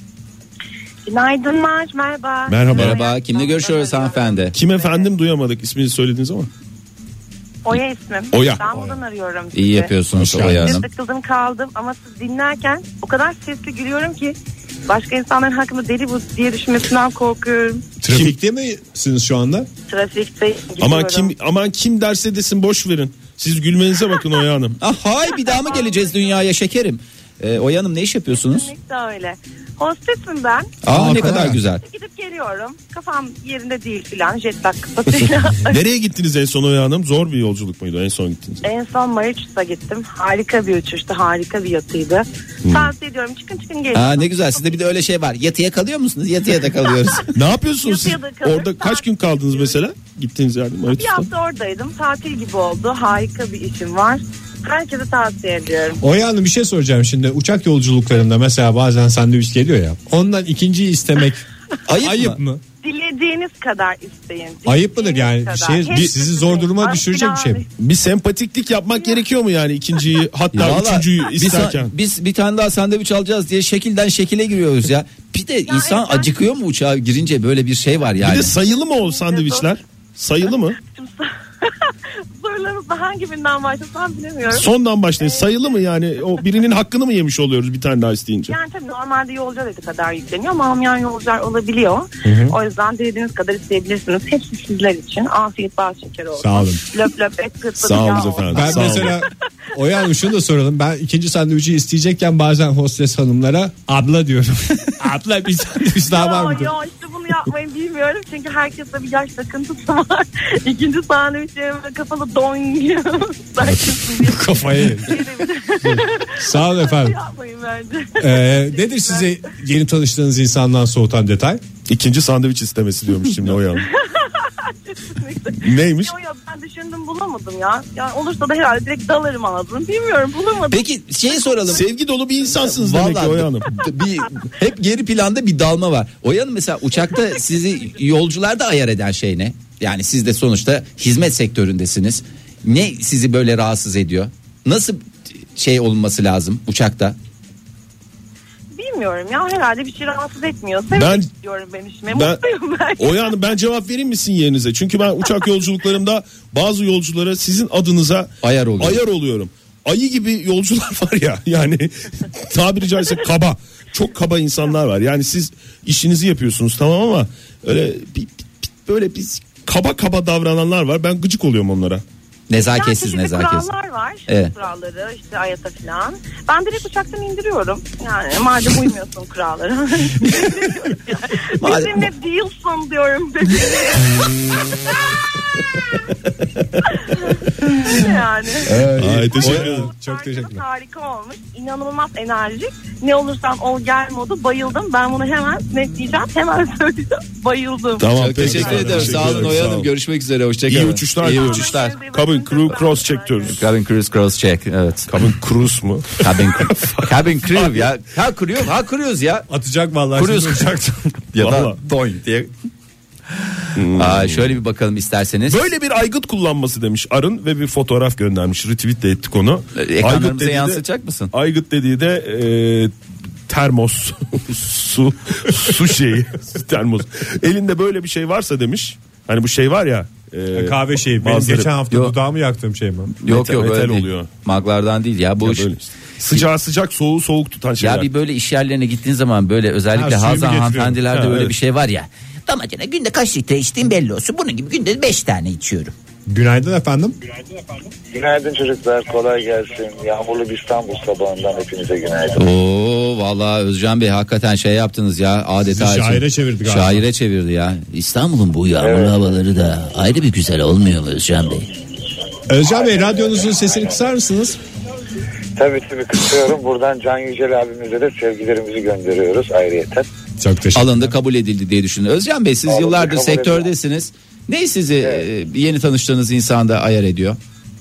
Günaydınlar, merhaba. Merhaba. Merhaba, kimle görüşüyoruz hanımefendi? Kim efendim duyamadık ismini söylediniz ama. Oya ismim. Oya. İstanbul'dan arıyorum sizi. İyi yapıyorsunuz Hoş Oya geldiniz. Hanım. Sıkıldım kaldım ama siz dinlerken o kadar sesli gülüyorum ki başka insanların hakkında deli bu diye düşünmesinden korkuyorum. Trafikte misiniz şu anda? Trafikte gidiyorum. Aman kim aman kim derse desin boş verin. Siz gülmenize bakın Oya Hanım. Ah, hay bir daha mı geleceğiz dünyaya şekerim? Ee, Oya Hanım ne iş yapıyorsunuz? Kesinlikle öyle. Hostesim ben. Aa, Aa, ne kadar. kadar güzel. Gidip geliyorum. Kafam yerinde değil filan. Jet lag kafasıyla. Nereye gittiniz en son Oya Hanım? Zor bir yolculuk muydu en son gittiniz? En son Mauritius'a gittim. Harika bir uçuştu. Harika bir yatıydı. Tavsiye ediyorum. Çıkın çıkın gelin. Aa, ne güzel, sizde bir de öyle şey var. Yatıya kalıyor musunuz? Yatıya da kalıyoruz. Ne yapıyorsunuz siz? Yatıya da kalır, Orada kaç gün kaldınız mesela? Gittiğiniz yerde Bir Mauritius'ta. hafta oradaydım. Tatil gibi oldu. Harika bir işim var. Herkese tavsiye ediyorum. Oya Hanım bir şey soracağım şimdi. Uçak yolculuklarında mesela bazen sandviç geliyor ya. Ondan ikinciyi istemek Ayıp, ayıp mı? mı? Dilediğiniz kadar isteyin. Ayıp mıdır yani? Dilediğiniz Şey, kadar. bir- Hepsi sizi sizin. zor duruma Ay, düşürecek bir şey mi? yani. Bir sempatiklik yapmak gerekiyor mu yani ikinciyi hatta Ya üçüncüyü vallahi biz, isterken? biz bir tane daha sandviç alacağız diye şekilden şekile giriyoruz ya. Bir de insan evet, ben- acıkıyor mu uçağa girince, böyle bir şey var yani. Bir de sayılı mı o sandviçler? Sayılı mı? Sorularınızda hangi birinden başlasam bilemiyorum. Sondan başlayın. Sayılı mı yani? O birinin hakkını mı yemiş oluyoruz bir tane daha isteyince? Yani tabii normalde yolcu adeti kadar yükleniyor ama almayan yolcular olabiliyor. O yüzden dilediğiniz kadar isteyebilirsiniz. Hepsi sizler için. Afiyet bal şeker olsun. Sağ olun. Löp löp et kıtlı Sağ olun yağ efendim. olsun. Ben Sağ olun. mesela Oya Hanım şunu da soralım. Ben ikinci sandviçi isteyecekken bazen hostes hanımlara abla diyorum. Abla bir sandviç daha var Ya, mı? ya işte bunu yapmayı bilmiyorum. Çünkü herkeste bir yaş takıntısı var. İkinci sandviç yerime kapalı don yiyor. Kafayı. Sağ olun efendim. Yapmayın bence. Ee, nedir size yeni tanıştığınız insandan soğutan detay? İkinci sandviç istemesi diyormuş şimdi o yan. Neymiş? Yo, yo, ben düşündüm bulamadım ya. Yani olursa da herhalde direkt dalarım ağzını. Bilmiyorum bulamadım. Peki şeyi soralım. Sevgi dolu bir insansınız demek ki Vallahi Oya Hanım. bir, hep geri planda bir dalma var. Oya Hanım mesela uçakta sizi yolcularda ayar eden şey ne? Yani siz de sonuçta hizmet sektöründesiniz. Ne sizi böyle rahatsız ediyor? Nasıl şey olması lazım uçakta? Bilmiyorum ya herhalde bir şey rahatsız etmiyor. Ben- Severek gidiyorum ben işime. Ben, Mutluyum ben. Oya Hanım ben cevap vereyim misin yerinize? Çünkü ben uçak yolculuklarımda bazı yolculara sizin adınıza Ayar oluyor. ayar oluyorum. Ayı gibi yolcular var ya yani tabiri caizse kaba. Çok kaba insanlar var. Yani siz işinizi yapıyorsunuz tamam ama öyle bir, bir- böyle biz kaba kaba davrananlar var. Ben gıcık oluyorum onlara. Nezaketsiz çeşitli nezaketsiz. kurallar var. Evet. Kuralları işte ayata falan. Ben direkt uçaktan indiriyorum. Yani madem uymuyorsun kurallara. Madem- Bizimle değilsin diyorum. Yani. Evet, Ay, teşekkür ederim. Çok Şarkınız teşekkürler. harika olmuş. İnanılmaz enerjik. Ne olursan ol gel modu bayıldım. Ben bunu hemen netleyeceğim. Hemen söyleyeceğim. Bayıldım. Tamam, Çok teşekkür ederim. Sağ olun Oya Hanım. Görüşmek üzere. Hoşçakalın. İyi uçuşlar. İyi Tamam. uçuşlar. Cabin crew cross check diyoruz. Cabin cruise cross check. Evet. Cabin cruise mu? Cabin crew. Cabin crew ya. Ha crew, ha cruise ya. Atacak vallahi. Cruise şimdi uçaktan. ya da Vallahi. doing diye. Aa, şöyle bir bakalım isterseniz. Böyle bir aygıt kullanması demiş Arın ve bir fotoğraf göndermiş. Retweet de ettik onu. Ekranlarımıza yansıtacak mısın? Aygıt dediği de e, termos su su şeyi termos. Elinde böyle bir şey varsa demiş. Hani bu şey var ya. E, Kahve şeyi. Benim bazıları- geçen hafta Yok. dudağımı yaktığım şey mi? Yok metal- yok metal öyle değil. oluyor. Maglardan değil ya bu Ya iş. böyle işte. Sıcağı sıcak soğuğu soğuk tutan şeyler. Ya bir böyle iş yerlerine gittiğin zaman böyle özellikle Ha, suyu mu Hazan getiriyorum? hanımefendilerde Ha, öyle evet. bir şey var ya. Damacana günde kaç litre içtiğim belli olsun. Bunun gibi günde beş tane içiyorum. Günaydın efendim. Günaydın çocuklar, kolay gelsin. Yağmurlu bir İstanbul sabahından hepinize günaydın. Oo vallahi Özcan Bey hakikaten şey yaptınız ya adeta. Sizi şaire çevirdi galiba. Şaire çevirdi ya. İstanbul'un bu yağmurlu Evet. havaları da ayrı bir güzel olmuyor mu Özcan Bey? Özcan Bey, radyonuzun sesini kısar mısınız? Tabii tabii kısıyorum. Buradan Can Yücel abimize de sevgilerimizi gönderiyoruz ayrıyeten. Çok teşekkür Alındı kabul edildi diye düşünüyorum. Özcan Bey siz Alındı, yıllardır kabul sektördesiniz. Ne sizi e, yeni tanıştığınız insanda ayar ediyor?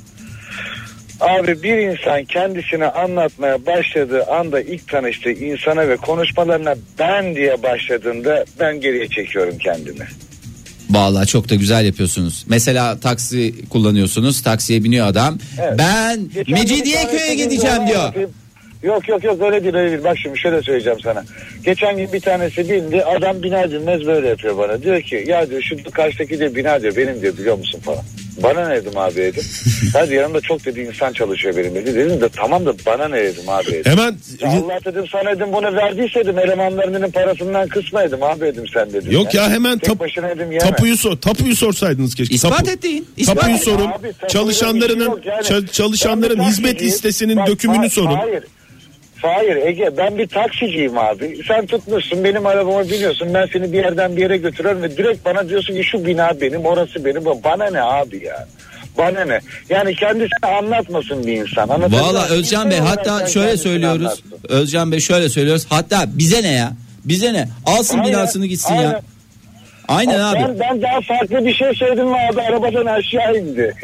Abi bir insan kendisini anlatmaya başladığı anda ilk tanıştığı insana ve konuşmalarına ben diye başladığında ben geriye çekiyorum kendimi. Vallahi çok da güzel yapıyorsunuz. Mesela taksi kullanıyorsunuz. Taksiye biniyor adam. Evet. Ben Geçen Mecidiyeköy'e gün bir gideceğim tanesi diyor. anlatayım. Yok yok yok öyle değil öyle değil. Bak şimdi şöyle söyleyeceğim sana. Geçen gün bir tanesi bindi. Adam biner binmez böyle yapıyor bana. Diyor ki ya diyor şu karşıdaki de bina diyor benim diyor biliyor musun falan. Bana ne dedim abi dedim. Hadi yanımda çok dedi insan çalışıyor benim dedi. Dedim de tamam da bana ne dedim abi dedim. Hemen Ya Allah dedim sana dedim bunu verdiyse dedim elemanlarının parasından kısma dedim abi dedim sen dedim. yok ya hemen Tek tap, başına dedim yeme. tapuyu sor. Tapuyu sorsaydınız keşke. İspat Tapu- ettiğin. İspat Tapuyu et. sorun. Abi, tapuyla Çalışanlarının işi yok yani. ça- çalışanların Ben bir hizmet taksiciyim. listesinin Bak, dökümünü hayır, sorun. Hayır. Hayır Ege ben bir taksiciyim abi. Sen tutmuşsun benim arabama biniyorsun. Ben seni bir yerden bir yere götürüyorum ve direkt bana diyorsun ki şu bina benim orası benim. Bana ne abi ya? Bana ne? Yani kendisine anlatmasın bir insan. Anlatabiliyor Valla muyum? Özcan Bey İnsan hatta olarak şöyle kendisine söylüyoruz. anlatsın. Özcan Bey şöyle söylüyoruz. Hatta bize ne ya? Bize ne? Alsın Aynen, binasını gitsin aynen. ya. Aynen abi. Ben, ben daha farklı bir şey söyledim ve abi arabadan aşağı indi.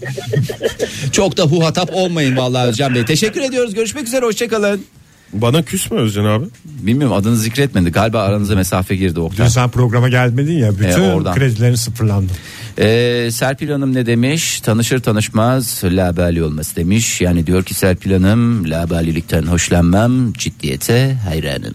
Çok da huhatap olmayın vallahi Özcan Bey. Teşekkür ediyoruz. Görüşmek üzere. Hoşçakalın. Bana küs mü Özcan abi? Bilmiyorum adını zikretmedi. Galiba aranıza mesafe girdi Dün Oktay. sen programa gelmedin ya, bütün E, oradan. kredilerin sıfırlandı. Ee, Serpil Hanım ne demiş? Tanışır tanışmaz labali olması demiş. Yani diyor ki Serpil Hanım labalilikten hoşlanmam, ciddiyete hayranım.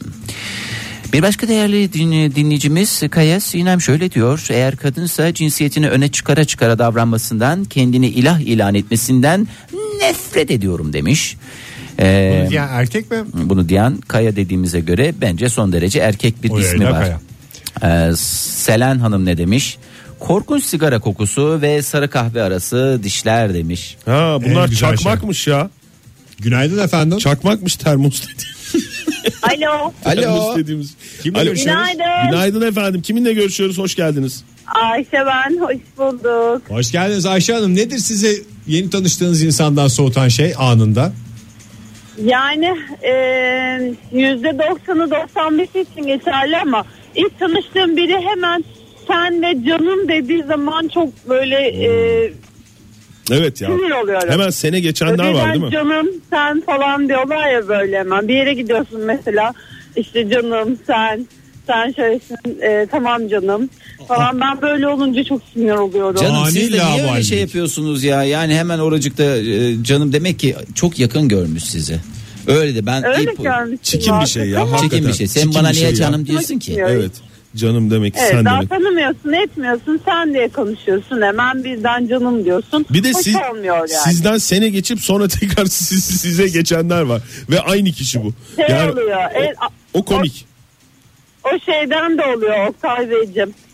Bir başka değerli din- dinleyicimiz Kaya Sinem şöyle diyor. Eğer kadınsa cinsiyetini öne çıkara çıkara davranmasından, kendini ilah ilan etmesinden nefret ediyorum demiş. Ee, Bunu diyen erkek mi? bunu diyen Kaya dediğimize göre bence son derece erkek bir O ismi yayla var. Kaya. Ee, Selen Hanım ne demiş? Korkunç sigara kokusu ve sarı kahve arası dişler demiş. Ha bunlar En güzel çakmakmış ya. Günaydın efendim. Çakmakmış termos dediğimiz. Alo. Termos Alo. dediğimiz. Kimle Alo. görüşüyoruz? Günaydın. Günaydın efendim. Kiminle görüşüyoruz? Hoş geldiniz. Ayşe ben. Hoş bulduk. Hoş geldiniz Ayşe Hanım. Nedir sizi yeni tanıştığınız insandan soğutan şey anında? Yani e, yüzde doksanı doksan beşi için geçerli ama ilk tanıştığım biri hemen sen ve canım dediği zaman çok böyle e, Evet ya. sinir oluyorum. Hemen sene geçenler var Önceden değil mi? canım sen falan diyorlar ya böyle hemen. Bir yere gidiyorsun mesela işte canım sen sen şöylesin e, tamam canım falan. Ben böyle olunca çok sinir oluyorum. Canım Ani siz de niye öyle laubalilik. şey yapıyorsunuz ya? Yani hemen oracıkta e, canım demek ki çok yakın görmüş sizi. Öyle de ben Öyle ilk- görmüşsün. Çirkin bir şey ya. Ama- çekin bir şey. Sen Çirkin bana bir niye şey ya. canım diyorsun ki? Evet. Evet. Canım demek Evet, sen daha demek. tanımıyorsun etmiyorsun sen diye konuşuyorsun hemen birden canım diyorsun. Bir de Hoş siz olmuyor yani. sizden sene geçip sonra tekrar siz, size geçenler var ve aynı kişi bu. Şey Yani oluyor. o, e, o komik. O şeyden de oluyor Oktay Beyciğim.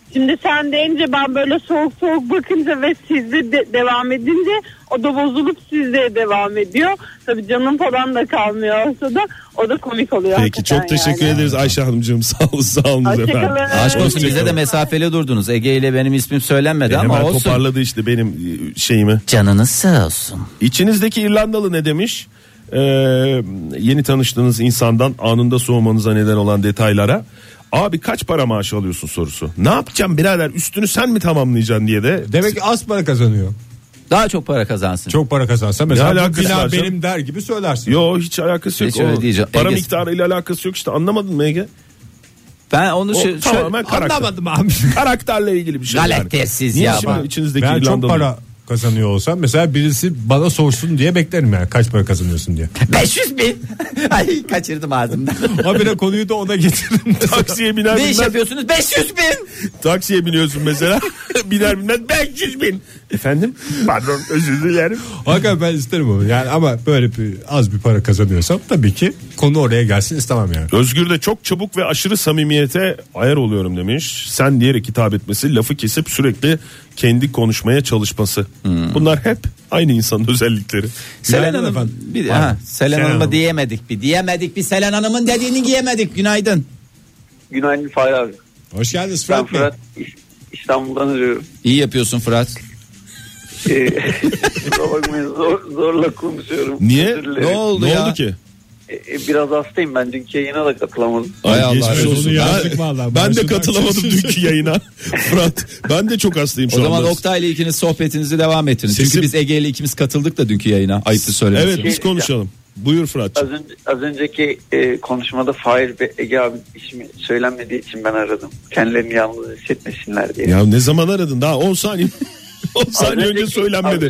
Şimdi sen deyince ben böyle soğuk soğuk bakınca ve sizde de devam edince o da bozulup sizde devam ediyor. Tabii canım falan da kalmıyor olsa da o da komik oluyor. Peki çok teşekkür yani. ederiz Ayşe Hanımcığım, sağ olun sağ olun efendim. Aşk olsun, bize de mesafeli durdunuz. Ege ile benim ismim söylenmedi E, ama hemen olsun. toparladı işte benim şeyimi. Canınız sağ olsun. İçinizdeki İrlandalı ne demiş? Ee, yeni tanıştığınız insandan anında soğumanıza neden olan detaylara. Abi kaç para maaş alıyorsun sorusu. Ne yapacağım birader, üstünü sen mi tamamlayacaksın diye de. Demek ki az para kazanıyor. Daha çok para kazansın. Çok para kazansa mesela Ne bu alakası bina var canım? benim der gibi söylersin. Yo, hiç alakası yok. Hiç öyle O diyeceğim. para Ege- miktarıyla alakası yok işte, anlamadın mı Ege? Ben onu O şu, şöyle, tamamen karakter. Anlamadım abi. Karakterle ilgili bir şey. Galaktersiz Niye ya. şimdi içinizdeki Ben çok İrlandalı? para kazanıyor olsam mesela birisi bana sorsun diye beklerim yani, kaç para kazanıyorsun diye. beş yüz bin. Ay kaçırdım ağzımdan. Habire konuyu da ona getiririm. Taksiye biner Ne iş binmez. yapıyorsunuz? beş yüz bin. Taksiye biniyorsun mesela. biner binmez beş yüz bin. Efendim? Pardon, özür dilerim. Hakikaten ben isterim onu yani, ama böyle bir az bir para kazanıyorsam tabii ki konu oraya gelsin istemem yani. Özgür de çok çabuk ve aşırı samimiyete ayar oluyorum demiş. Sen diyerek hitap etmesi, lafı kesip sürekli kendi konuşmaya çalışması. Hmm. Bunlar hep aynı insanın özellikleri. Selen Günaydın Hanım. efendim. Bir, Pardon. ha, Selen Selen Hanım'ı Hanım. diyemedik bir. Diyemedik bir Selen Hanım'ın dediğini giyemedik. Günaydın. Günaydın Fahir abi. Hoş geldiniz Ben Fırat Bey. Fırat İs- İstanbul'dan arıyorum. İyi yapıyorsun Fırat. Ee, kusura bakmayın, zor, zorla konuşuyorum. Niye? Özür dilerim. Ne oldu ne ya? oldu ki? Ee, biraz hastayım, ben dünkü yayına da katılamadım. Ay Allah Geçmiş razı olsun. olsun. Yazık Ben, vallahi. ben de Başından katılamadım kesin. dünkü yayına. Fırat, ben de çok hastayım O şu zaman anda. Oktay ile ikiniz sohbetinizi devam ettirin. Sesim- Çünkü biz Ege ile ikimiz katıldık da dünkü yayına. Ayıptı söylemesi. Evet, biz konuşalım. Buyur Fırat'cığım. Az, önce, az önceki e, konuşmada Fahir ve Ege abi ismi söylenmediği için ben aradım. Kendilerini yalnız hissetmesinler diye. Ya ne zaman aradın? Daha on saniye. on saniye önce önceki- söylenmedi.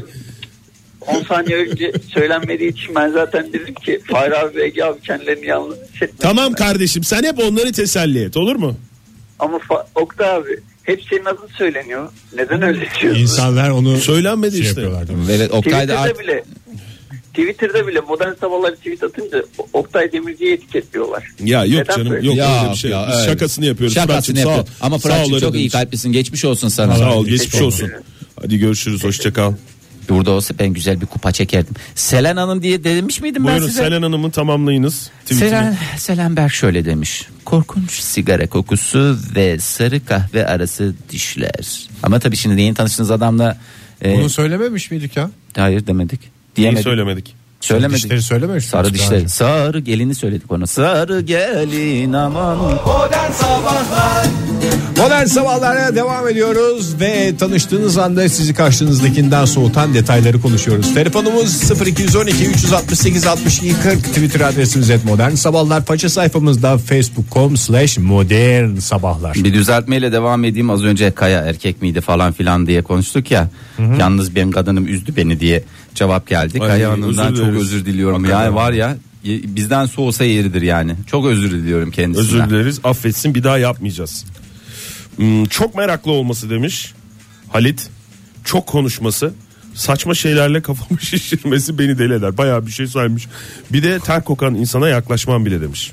on saniye önce söylenmediği için ben zaten dedim ki Fahir abi ve Ege abi kendilerini yalnız hissetmesinler. Tamam kardeşim, sen hep onları teselli et, olur mu? Ama Fa- Oktay abi hep senin adın söyleniyor. Neden öyle diyorsun? İnsanlar onu Söylenmedi şey işte. yapıyorlar değil mi? Evet Oktay da Twitter'da artık bile Twitter'da bile modern sabahları tweet atınca Oktay Demirci'yi etiketliyorlar. Ya yok Neden canım, böyle? yok Ya, öyle bir şey. ya, Biz öyle. şakasını yapıyoruz. şakasını Fırat'cığım, sağ ol. yapıyor. Ama Sağ ol Fırat'cığım çok aradığın iyi için. kalplisin. Geçmiş olsun sana. Sağ ol, Geçmiş geçmiş olsun. Hadi görüşürüz, hoşça kal. Burada olsa ben güzel bir kupa çekerdim. Selen Hanım diye demiş miydim ben Buyurun size? Selen Hanım'ı tamamlayınız. tweetini. Selen, Selenberg şöyle demiş. Korkunç sigara kokusu ve sarı kahve arası dişler. Ama tabii şimdi yeni tanıştığınız adamla e, Bunu söylememiş miydik ya? hayır demedik. Neyi Diyemedik. söylemedik? Söylemedik. Dişleri söylememiş Sarı miydik daha dişleri. önce? Sarı gelini söyledik ona. Sarı gelin aman. Modern Sabahlar Modern Sabahlar'a devam ediyoruz ve tanıştığınız anda sizi karşınızdakinden soğutan detayları konuşuyoruz. Telefonumuz sıfır iki on iki üç altı sekiz altmış iki kırk, Twitter adresimiz et modern sabahlar, faça sayfamızda facebook nokta com slash modern sabahlar. Bir düzeltmeyle devam edeyim. Az önce Kaya erkek miydi falan filan diye konuştuk ya. Yalnız benim kadınım üzdü beni diye cevap geldi. Ay, Kaya Hanım'dan özür çok dileriz. özür diliyorum. Hakikaten. Yani var ya y- bizden soğusa yeridir yani. Çok özür diliyorum kendisinden. Özür dileriz, affetsin, bir daha yapmayacağız. Hmm, çok meraklı olması demiş Halit. Çok konuşması, saçma şeylerle kafamı şişirmesi beni deli eder. Bayağı bir şey saymış. Bir de ter kokan insana yaklaşmam bile demiş.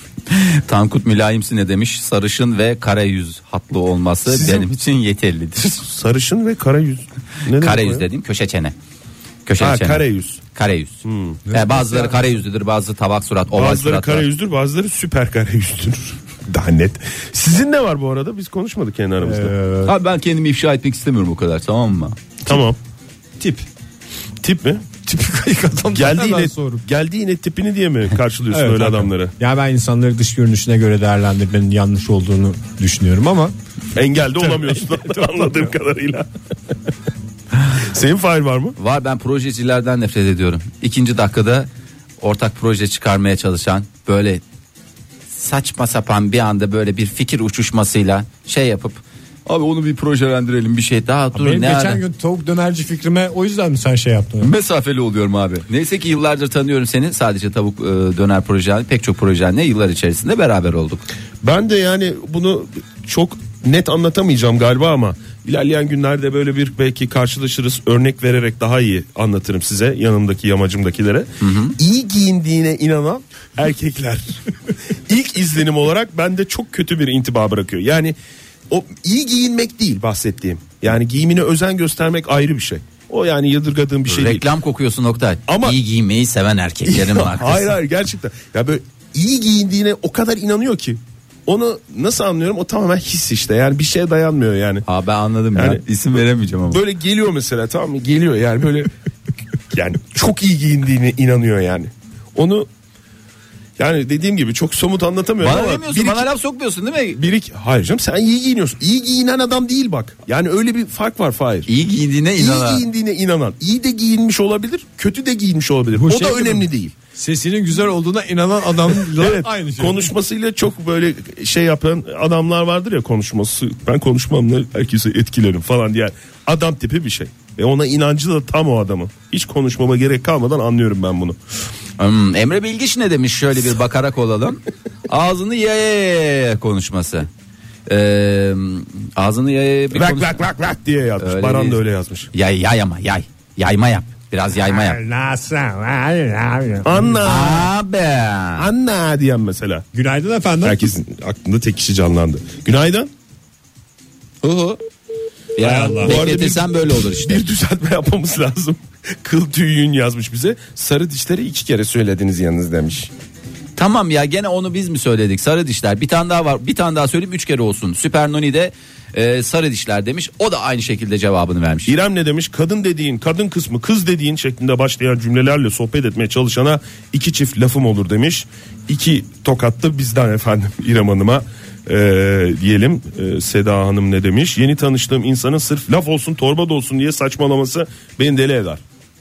Tankut mülayimsi ne demiş? Sarışın ve kara yüz hatlı olması Sizin- benim için yeterlidir. Sarışın ve kara yüz. Ne demek Kara o yüz ya? dediğim köşe çene. Köşe Ha, çene. kara yüz. Kara yüz. Yani bazıları kara yüzlüdür, bazı tabak surat, oval Bazıları surat. kara var. yüzdür, bazıları süper kara yüzdür. Daha net. Sizin ne var bu arada? Biz konuşmadık kendi aramızda. Ee, Abi ben kendimi ifşa etmek istemiyorum o kadar, tamam mı? Tamam. tip. Tip mi? Tipik adam. Geldi Hemen yine, sorup. geldi yine tipini diye mi karşılıyorsun Evet, öyle hakikaten. adamları? Ya ben insanları dış görünüşüne göre değerlendirmenin yanlış olduğunu düşünüyorum ama Engelde olamıyorsun anladığım kadarıyla. Senin Fahir var mı? Var, ben projecilerden nefret ediyorum. İkinci dakikada ortak proje çıkarmaya çalışan, böyle saçma sapan bir anda böyle bir fikir uçuşmasıyla şey yapıp abi onu bir projelendirelim, bir şey daha dur benim ne geçen ara- gün tavuk dönerci fikrime o yüzden mi sen şey yaptın? mesafeli oluyorum abi. Neyse ki yıllardır tanıyorum seni. Sadece tavuk e, döner projen, pek çok projenle yıllar içerisinde beraber olduk. Ben de yani bunu çok net anlatamayacağım galiba ama ilerleyen günlerde böyle bir belki karşılaşırız, örnek vererek daha iyi anlatırım size, yanımdaki yamacımdakilere. İyi giyindiğine inanan erkekler ilk izlenim olarak bende çok kötü bir intiba bırakıyor. Yani o iyi giyinmek değil bahsettiğim. Yani giyimine özen göstermek ayrı bir şey. O yani yadırgadığım bir şey değil. Reklam kokuyorsun Oktay. Ama iyi giymeyi seven erkeklerin markası. Hayır hayır gerçekten. Ya böyle iyi giyindiğine o kadar inanıyor ki. Onu nasıl anlıyorum? O tamamen his işte. Yani bir şeye dayanmıyor yani. Aa ben anladım yani, ya. İsim veremeyeceğim ama. Böyle geliyor mesela, tamam mı? Geliyor yani böyle yani çok iyi giyindiğine inanıyor yani. Onu yani dediğim gibi çok somut anlatamıyorum bana ama. Demiyorsun, bana laf sokmuyorsun değil mi? Bir iki, hayır canım, sen iyi giyiniyorsun. İyi giyinen adam değil bak. Yani öyle bir fark var Fahir. İyi giyindiğine inanan. İyi giyindiğine inanan. İyi de giyinmiş olabilir, kötü de giyinmiş olabilir. Bu o şey da önemli mi? değil. Sesinin güzel olduğuna inanan adamla evet, aynı şey. Konuşmasıyla çok böyle şey yapan adamlar vardır ya, konuşması. Ben konuşmamla herkese etkilerim falan diye. Adam tipi bir şey. Ve ona inancı da tam o adamın. Hiç konuşmama gerek kalmadan anlıyorum ben bunu. Hmm, Emre Bilgiç ne demiş, şöyle bir bakarak olalım. Ağzını yaya konuşması. Ee, ağzını yaya bir Rak konuş... rak rak rak diye yazmış. Öyle Baran değil. da öyle yazmış. Yay yay ama yay. Yayma yap. Biraz yayma yap. Anna. Abi. Anna diyen mesela. Günaydın efendim. Herkesin aklında tek kişi canlandı. Günaydın. Uhu. Ya Allah. bekletirsen böyle olur işte. Bir düzeltme yapmamız lazım. Kıl tüyün yazmış bize. Sarı dişleri iki kere söylediniz yalnız demiş. Tamam ya, gene onu biz mi söyledik? Sarı dişler. Bir tane daha var. Bir tane daha söyleyeyim, üç kere olsun. Süper Noni'de e, sarı dişler demiş. O da aynı şekilde cevabını vermiş. İrem ne demiş? Kadın dediğin, kadın kısmı kız dediğin şeklinde başlayan cümlelerle sohbet etmeye çalışana iki çift lafım olur demiş. İki tokattı bizden efendim İrem Hanım'a. Ee, diyelim ee, Seda Hanım ne demiş? Yeni tanıştığım insanın sırf laf olsun torba da olsun diye saçmalaması beni deli eder.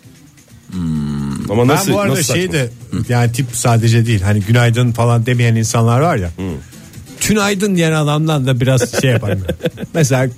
Hmm. Ama nasıl, ben bu arada nasıl şey de yani tip sadece değil, hani günaydın falan demeyen insanlar var ya. Hmm. Tünaydın diyen adamdan da biraz şey yaparım. Mesela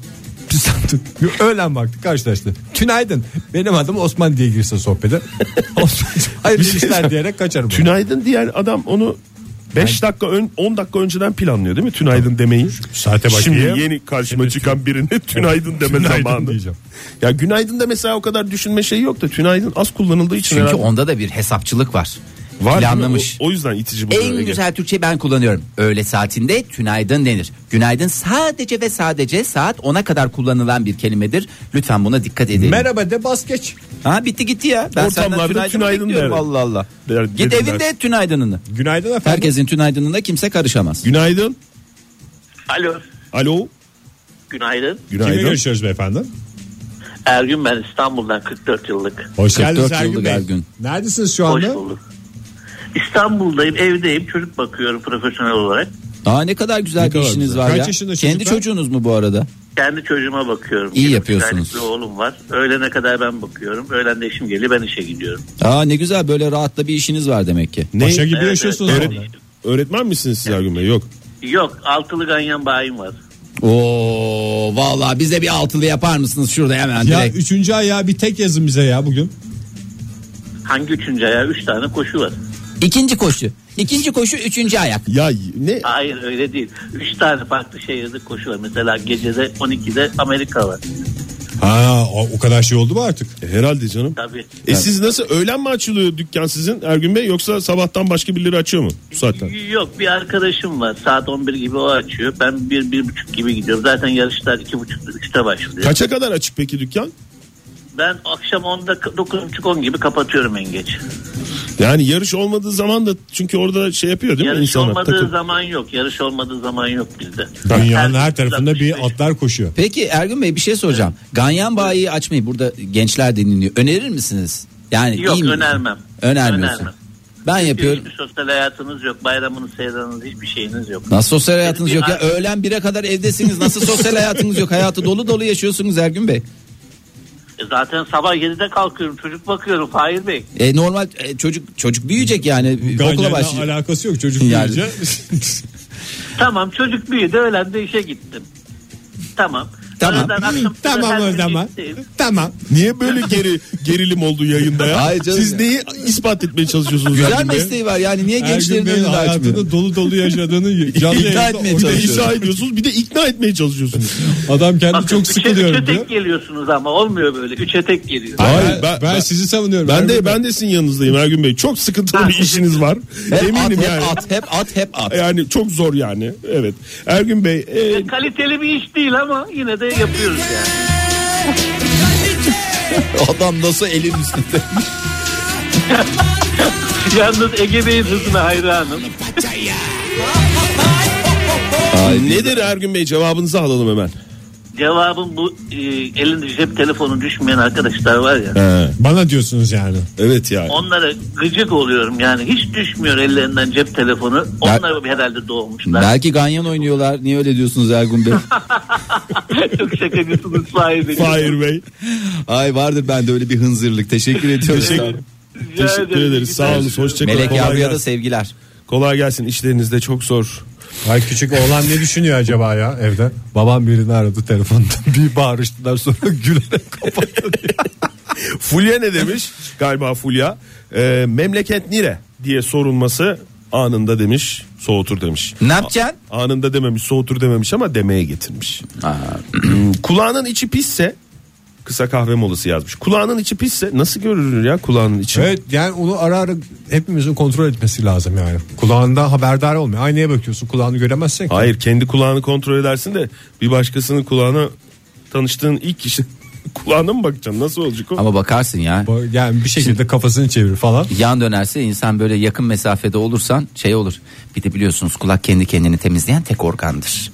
öğlen vakti karşılaştı. Tünaydın, benim adım Osman diye girse sohbete. Hayırlı şey işler diyerek kaçarım. Tünaydın diyen adam onu beş dakika ön, on dakika önceden planlıyor değil mi tünaydın demeyi? Saate bakayım. Şimdi yeni karşıma Şimdi çıkan birine tünaydın deme tünaydın zamanı. Diyeceğim. Ya günaydın da mesela o kadar düşünme şeyi yok da tünaydın az kullanıldığı için Çünkü herhalde. onda da bir hesapçılık var. Var Planlamış. O, o yüzden itici buluyor. En güzel Türkçe ben kullanıyorum. Öğle saatinde tünaydın denir. Günaydın sadece ve sadece saat ona kadar kullanılan bir kelimedir. Lütfen buna dikkat edelim. Merhaba de, bas geç. Ha bitti gitti ya. Ben Ortamlarda senden tünaydın bekliyorum. der. Allah Allah. Der, Git dediler. evinde tünaydınını. Günaydın efendim. Herkesin tünaydınına kimse karışamaz. Günaydın. Alo. Alo. Günaydın. Günaydın. Kimle görüşüyoruz beyefendi? Ergün ben, İstanbul'dan, kırk dört yıllık. Hoş geldiniz kırk dört Ergün yıllık Bey. Ergün. Neredesiniz şu Hoş anda? bulduk. İstanbul'dayım, evdeyim, çocuk bakıyorum profesyonel olarak. Aa ne kadar güzel Ne bir kadar işiniz güzel. var Kaç ya. yaşında Kendi çocuklar? çocuğunuz mu bu arada? Kendi çocuğuma bakıyorum. İyi Yedi yapıyorsunuz. buçuk aylık bir oğlum var. Öğlene kadar ben bakıyorum. Öğlen de eşim geliyor, ben işe gidiyorum. Aa ne güzel, böyle rahatla bir işiniz var demek ki. Ne? Paşa gibi Evet, yaşıyorsunuz. evet. orada. Öğretmen misiniz siz Ergün Bey? Yok. Yok, altılı ganyan bayim var. Oo vallahi bize bir altılı yapar mısınız şurada hemen Ya direkt. üçüncü ay ya, bir tek yazın bize ya bugün. Hangi üçüncü ayağı? Üç tane koşu var. İkinci koşu. İkinci koşu, üçüncü ayak. Ya ne? Hayır öyle değil. Üç tane farklı şehirde koşu var. Mesela gecede on ikide Amerika var. Ha o, o kadar şey oldu mu artık? E, herhalde canım. Tabii. E siz nasıl, öğlen mi açılıyor dükkan sizin Ergün Bey, yoksa sabahtan başka birileri açıyor mu bu saatten? Yok, bir arkadaşım var. Saat on bir gibi o açıyor. Ben bir, bir buçuk gibi gidiyorum. Zaten yarışlar iki buçukta, üçte başlıyor. Kaça kadar açık peki dükkan? Ben akşam onda, dokuz buçuk on gibi kapatıyorum en geç. Yani yarış olmadığı zaman da çünkü orada şey yapıyor değil mi Yarış insanlar? olmadığı Takım. zaman yok. Yarış olmadığı zaman yok bizde. Dünyanın her Her tarafında bir yüz altmış beş. atlar koşuyor. Peki Ergün Bey bir şey soracağım. Ganyan bayiyi açmayı burada gençler dinliyor. Önerir misiniz? Yani Yok iyi mi? önermem. Önermiyorsun. Önermem. Ben Çünkü yapıyorum. hiçbir sosyal hayatınız yok. Bayramınız, seyranınız, hiçbir şeyiniz yok. Nasıl sosyal hayatınız Bir yok ya? ar- Öğlen bire kadar evdesiniz. Nasıl sosyal hayatınız yok? Hayatı dolu dolu yaşıyorsunuz Ergün Bey. E zaten sabah yedide kalkıyorum. Çocuk bakıyorum Fahir Bey. E, normal e, çocuk çocuk büyüyecek yani. Okula Ganyan'la başlayacak. alakası yok, çocuk Yani. büyüyünce. Tamam, çocuk büyüdü. Öğlen de işe gittim. Tamam. Tamam. Öğleden akşam Tamam her o gün zaman. birlikteyim. Tamam. Niye böyle geri gerilim oldu yayında ya? Hayır canım Siz ya. neyi ispat etmeye çalışıyorsunuz? Güzel Ergün Bey? mesleği var yani niye gençlerin Ergün Bey'in önünü açmıyor? hayatını dolu dolu yaşadığını canlı İkna yayında etmeye orada Bir de çalışıyor. izah ediyorsunuz bir de ikna etmeye çalışıyorsunuz. Adam kendi Bakın, çok üçe, sıkılıyorum üçe diyor. tek geliyorsunuz ama olmuyor böyle. Üçe tek geliyor. Hayır, ben, ben- ben, ben- sizi savunuyorum. Ben Ergün de Bey. ben de sizin yanınızdayım Ergün Bey. Çok sıkıntılı Ha, bir işiniz var. Hep at, Eminim hep yani. at, hep at, hep at. Yani çok zor yani. Evet. Ergün Bey, e, E, kaliteli bir iş değil ama yine de yapıyoruz yani. Adam nasıl elin üstünde. Yalnız Ege Bey'in hızına hayranım. nedir Ergün Bey, cevabınızı alalım hemen. Cevabım bu, e, elinde cep telefonu düşmeyen arkadaşlar var ya. Bana diyorsunuz yani. Evet yani. Onlara gıcık oluyorum yani, hiç düşmüyor ellerinden cep telefonu. Onlar herhalde doğmuşlar. Belki ganyan oynuyorlar. Niye öyle diyorsunuz Ergun Bey? Çok şakacısınız sahibi. Fahir Bey. Ay vardır bende öyle bir hınzırlık. Teşekkür ediyoruz. Teşekkür, teşekkür ederiz. Sağ olun. Hoşçakalın. Melek Kolay yavruya da gelsin. sevgiler. Kolay gelsin. İşleriniz de çok zor. Ay küçük oğlan ne düşünüyor acaba ya evde? Babam birini aradı telefonda. Bir bağırıştılar sonra gülerek kapattı. Fulya ne demiş? Galiba Fulya. Ee, memleket nire diye sorulması anında demiş. Soğutur demiş. Ne yapacaksın? A- anında dememiş, soğutur dememiş ama demeye getirmiş. Hmm, Kulağının içi pisse, kısa kahve molası yazmış. Kulağının içi pisse nasıl görülür ya kulağının içi? Evet yani onu ara ara hepimizin kontrol etmesi lazım yani. Kulağında haberdar olmuyor. Aynaya bakıyorsun kulağını göremezsen ki. Hayır, kendi kulağını kontrol edersin de bir başkasının kulağına, tanıştığın ilk kişi kulağına mı bakacaksın? Nasıl olacak o? Ama bakarsın ya. Yani bir şekilde kafasını çevir falan. Yan dönerse insan böyle yakın mesafede olursan şey olur. Bir de biliyorsunuz kulak kendi kendini temizleyen tek organdır.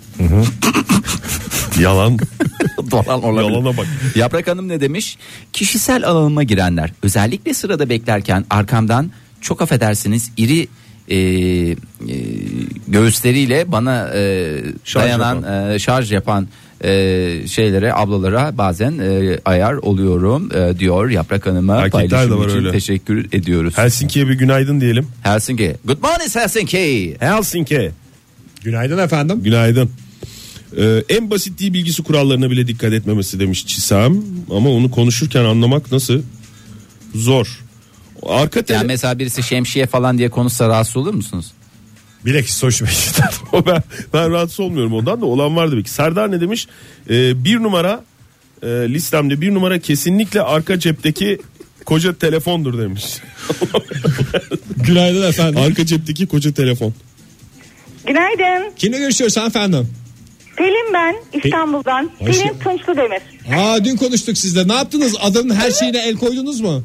Yalan. Dolan olabilir. Yalana bak. Yaprak Hanım ne demiş? Kişisel alanıma girenler özellikle sırada beklerken arkamdan çok affedersiniz iri e, e, göğüsleriyle bana e, Şarj dayanan yapan. e, şarj yapan e, şeylere, ablalara bazen e, ayar oluyorum e, diyor Yaprak Hanım'a. Erkekler de Paylaşım var için öyle. teşekkür ediyoruz. Helsinki'ye bir günaydın diyelim. Helsinki. Good morning Helsinki. Helsinki. Günaydın efendim. Günaydın. Ee, en basit dil bilgisi kurallarına bile dikkat etmemesi demiş Çisem. Ama onu konuşurken anlamak nasıl? Zor. Arka tele... Yani mesela birisi şemsiye falan diye konuşsa rahatsız olur musunuz? Bilakis hoşuma gider. ben, ben rahatsız olmuyorum ondan da, olan vardı belki. Serdar ne demiş? Ee, bir numara e, listemde bir numara kesinlikle arka cepteki koca telefondur demiş. Günaydın efendim. Arka cepteki koca telefon. Günaydın. Kimle görüşüyoruz efendim? Pelin ben İstanbul'dan. Hoş Pelin geldin. Tunçlu Demir. Aa dün konuştuk sizle. Ne yaptınız? Adamın her şeyine el koydunuz mu?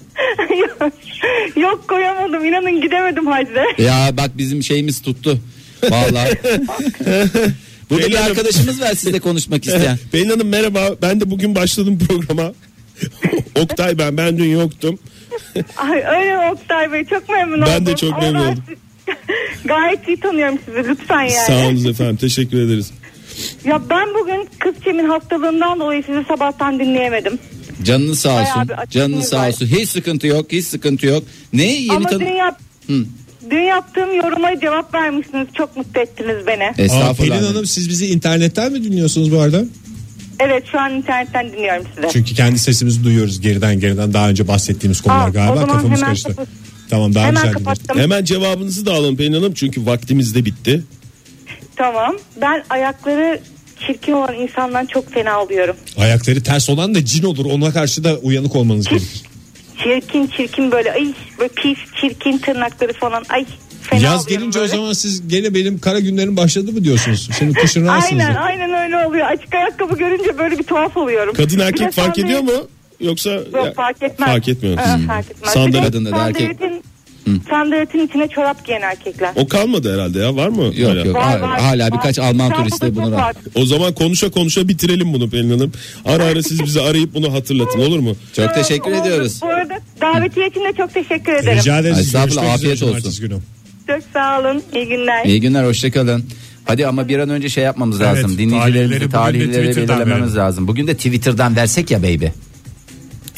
Yok koyamadım, inanın gidemedim hacda. Ya bak bizim şeyimiz tuttu. Vallahi. Burada bir arkadaşımız var sizle konuşmak isteyen. Pelin Hanım merhaba. Ben de bugün başladım programa. Oktay ben. Ben dün yoktum. Ay, öyle Oktay Bey, çok memnun oldum. Ben de çok memnun Ama oldum. Gayet iyi tanıyorum sizi, lütfen yani. Sağ olun efendim. Teşekkür ederiz. Ya ben bugün kız Çem'in hastalığından dolayı sizi sabahtan dinleyemedim. Canınız sağ Bayağı olsun. bir açıklığınız Canınız sağ var. olsun. Hiç sıkıntı yok. Hiç sıkıntı yok. Ne yeni Ama tanı... dün, yap, Hı. dün yaptığım yoruma cevap vermişsiniz. Çok mutlu ettiniz beni. Aa, Estağfurullah. Pelin Hanım siz bizi internetten mi dinliyorsunuz bu arada? Evet, şu an internetten dinliyorum sizi. Çünkü kendi sesimizi duyuyoruz geriden geriden. Daha önce bahsettiğimiz konular Aa, o galiba zaman kafamız hemen karıştı. kapat- Tamam daha Hemen güzel gidiyor. kapattım. Hemen cevabınızı da alın Pelin Hanım. Çünkü vaktimiz de bitti. Tamam. Ben ayakları çirkin olan insandan çok fena oluyorum. Ayakları ters olan da cin olur. Ona karşı da uyanık olmanız gerekir. Çirkin çirkin böyle ay böyle pis çirkin tırnakları falan ay fena Yaz oluyorum gelince böyle. o zaman siz gene benim kara günlerim başladı mı diyorsunuz? Şimdi kışın rahatsınız. Aynen aynen öyle oluyor. Açık ayakkabı görünce böyle bir tuhaf oluyorum. Kadın Bir de erkek fark sandalye- ediyor mu? Yoksa Yok, ya, fark etmez. fark etmiyor. Aa, Hmm. fark etmez. Sandalye- Bir de Kadında da erkek- sandaletin, sandaletin içine çorap giyen erkekler. O kalmadı herhalde ya, var mı? Yok Hala? yok. Var, Hala, var, hala var. birkaç Alman İstanbul'da turisti çok bunu var. rahat. O zaman konuşa konuşa bitirelim bunu Pelin Hanım. Ara ara siz bizi arayıp bunu hatırlatın, olur mu? Çok teşekkür Oldu. ediyoruz. Bu arada davetiye için de çok teşekkür ederim. Rica ederiz. Estağfurullah, Görüşmek üzere afiyet olsun. cumartesi günü. Çok sağ olun. İyi günler. İyi günler, hoşçakalın. Hadi ama bir an önce şey yapmamız Evet, lazım. tarihleri Dinleyicilerimizi bugün de tarihleri Twitter'dan belirlememiz verelim. lazım. Bugün de Twitter'dan versek ya baby.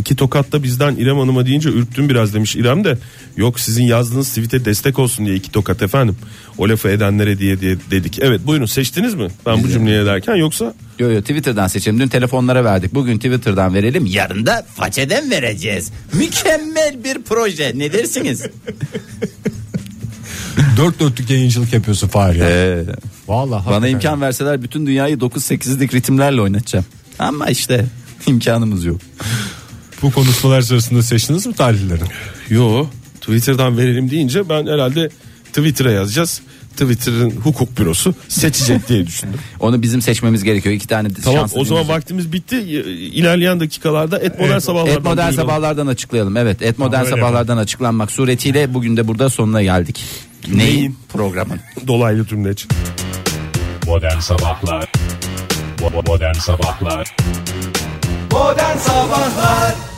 iki tokatta bizden İrem Hanım'a deyince ürktüm biraz demiş İrem de. Yok, sizin yazdığınız tweet'e destek olsun diye iki tokat efendim. O lafı edenlere diye diye dedik. Evet, buyurun, seçtiniz mi ben bu cümleyi ederken yoksa? Yo yo, Twitter'dan seçelim. Dün telefonlara verdik. Bugün Twitter'dan verelim. Yarın da façeden vereceğiz. Mükemmel bir proje. Ne dersiniz? Dört dörtlük yayıncılık yapıyorsun Fahir ya. Ee, Vallahi bana hakikaten. imkan verseler bütün dünyayı dokuz sekizlik ritimlerle oynatacağım. Ama işte imkanımız yok. Bu konuşmalar sırasında seçtiniz mi tarihleri? Yo, Twitter'dan verelim deyince ben herhalde Twitter'a yazacağız. Twitter'ın hukuk bürosu seçecek diye düşündüm. Onu bizim seçmemiz gerekiyor. İki tane Tamam, şanslı o zaman dinleyici. vaktimiz bitti. İlerleyen dakikalarda Et Modern Sabahlardan Et Modern duyuralım. Sabahlardan açıklayalım. Evet, Et Modern Tamam, Sabahlardan açıklanmak suretiyle bugün de burada sonuna geldik. Neyin? Programın. Dolaylı tümleç. Modern Sabahlar Modern Sabahlar Modern Sabahlar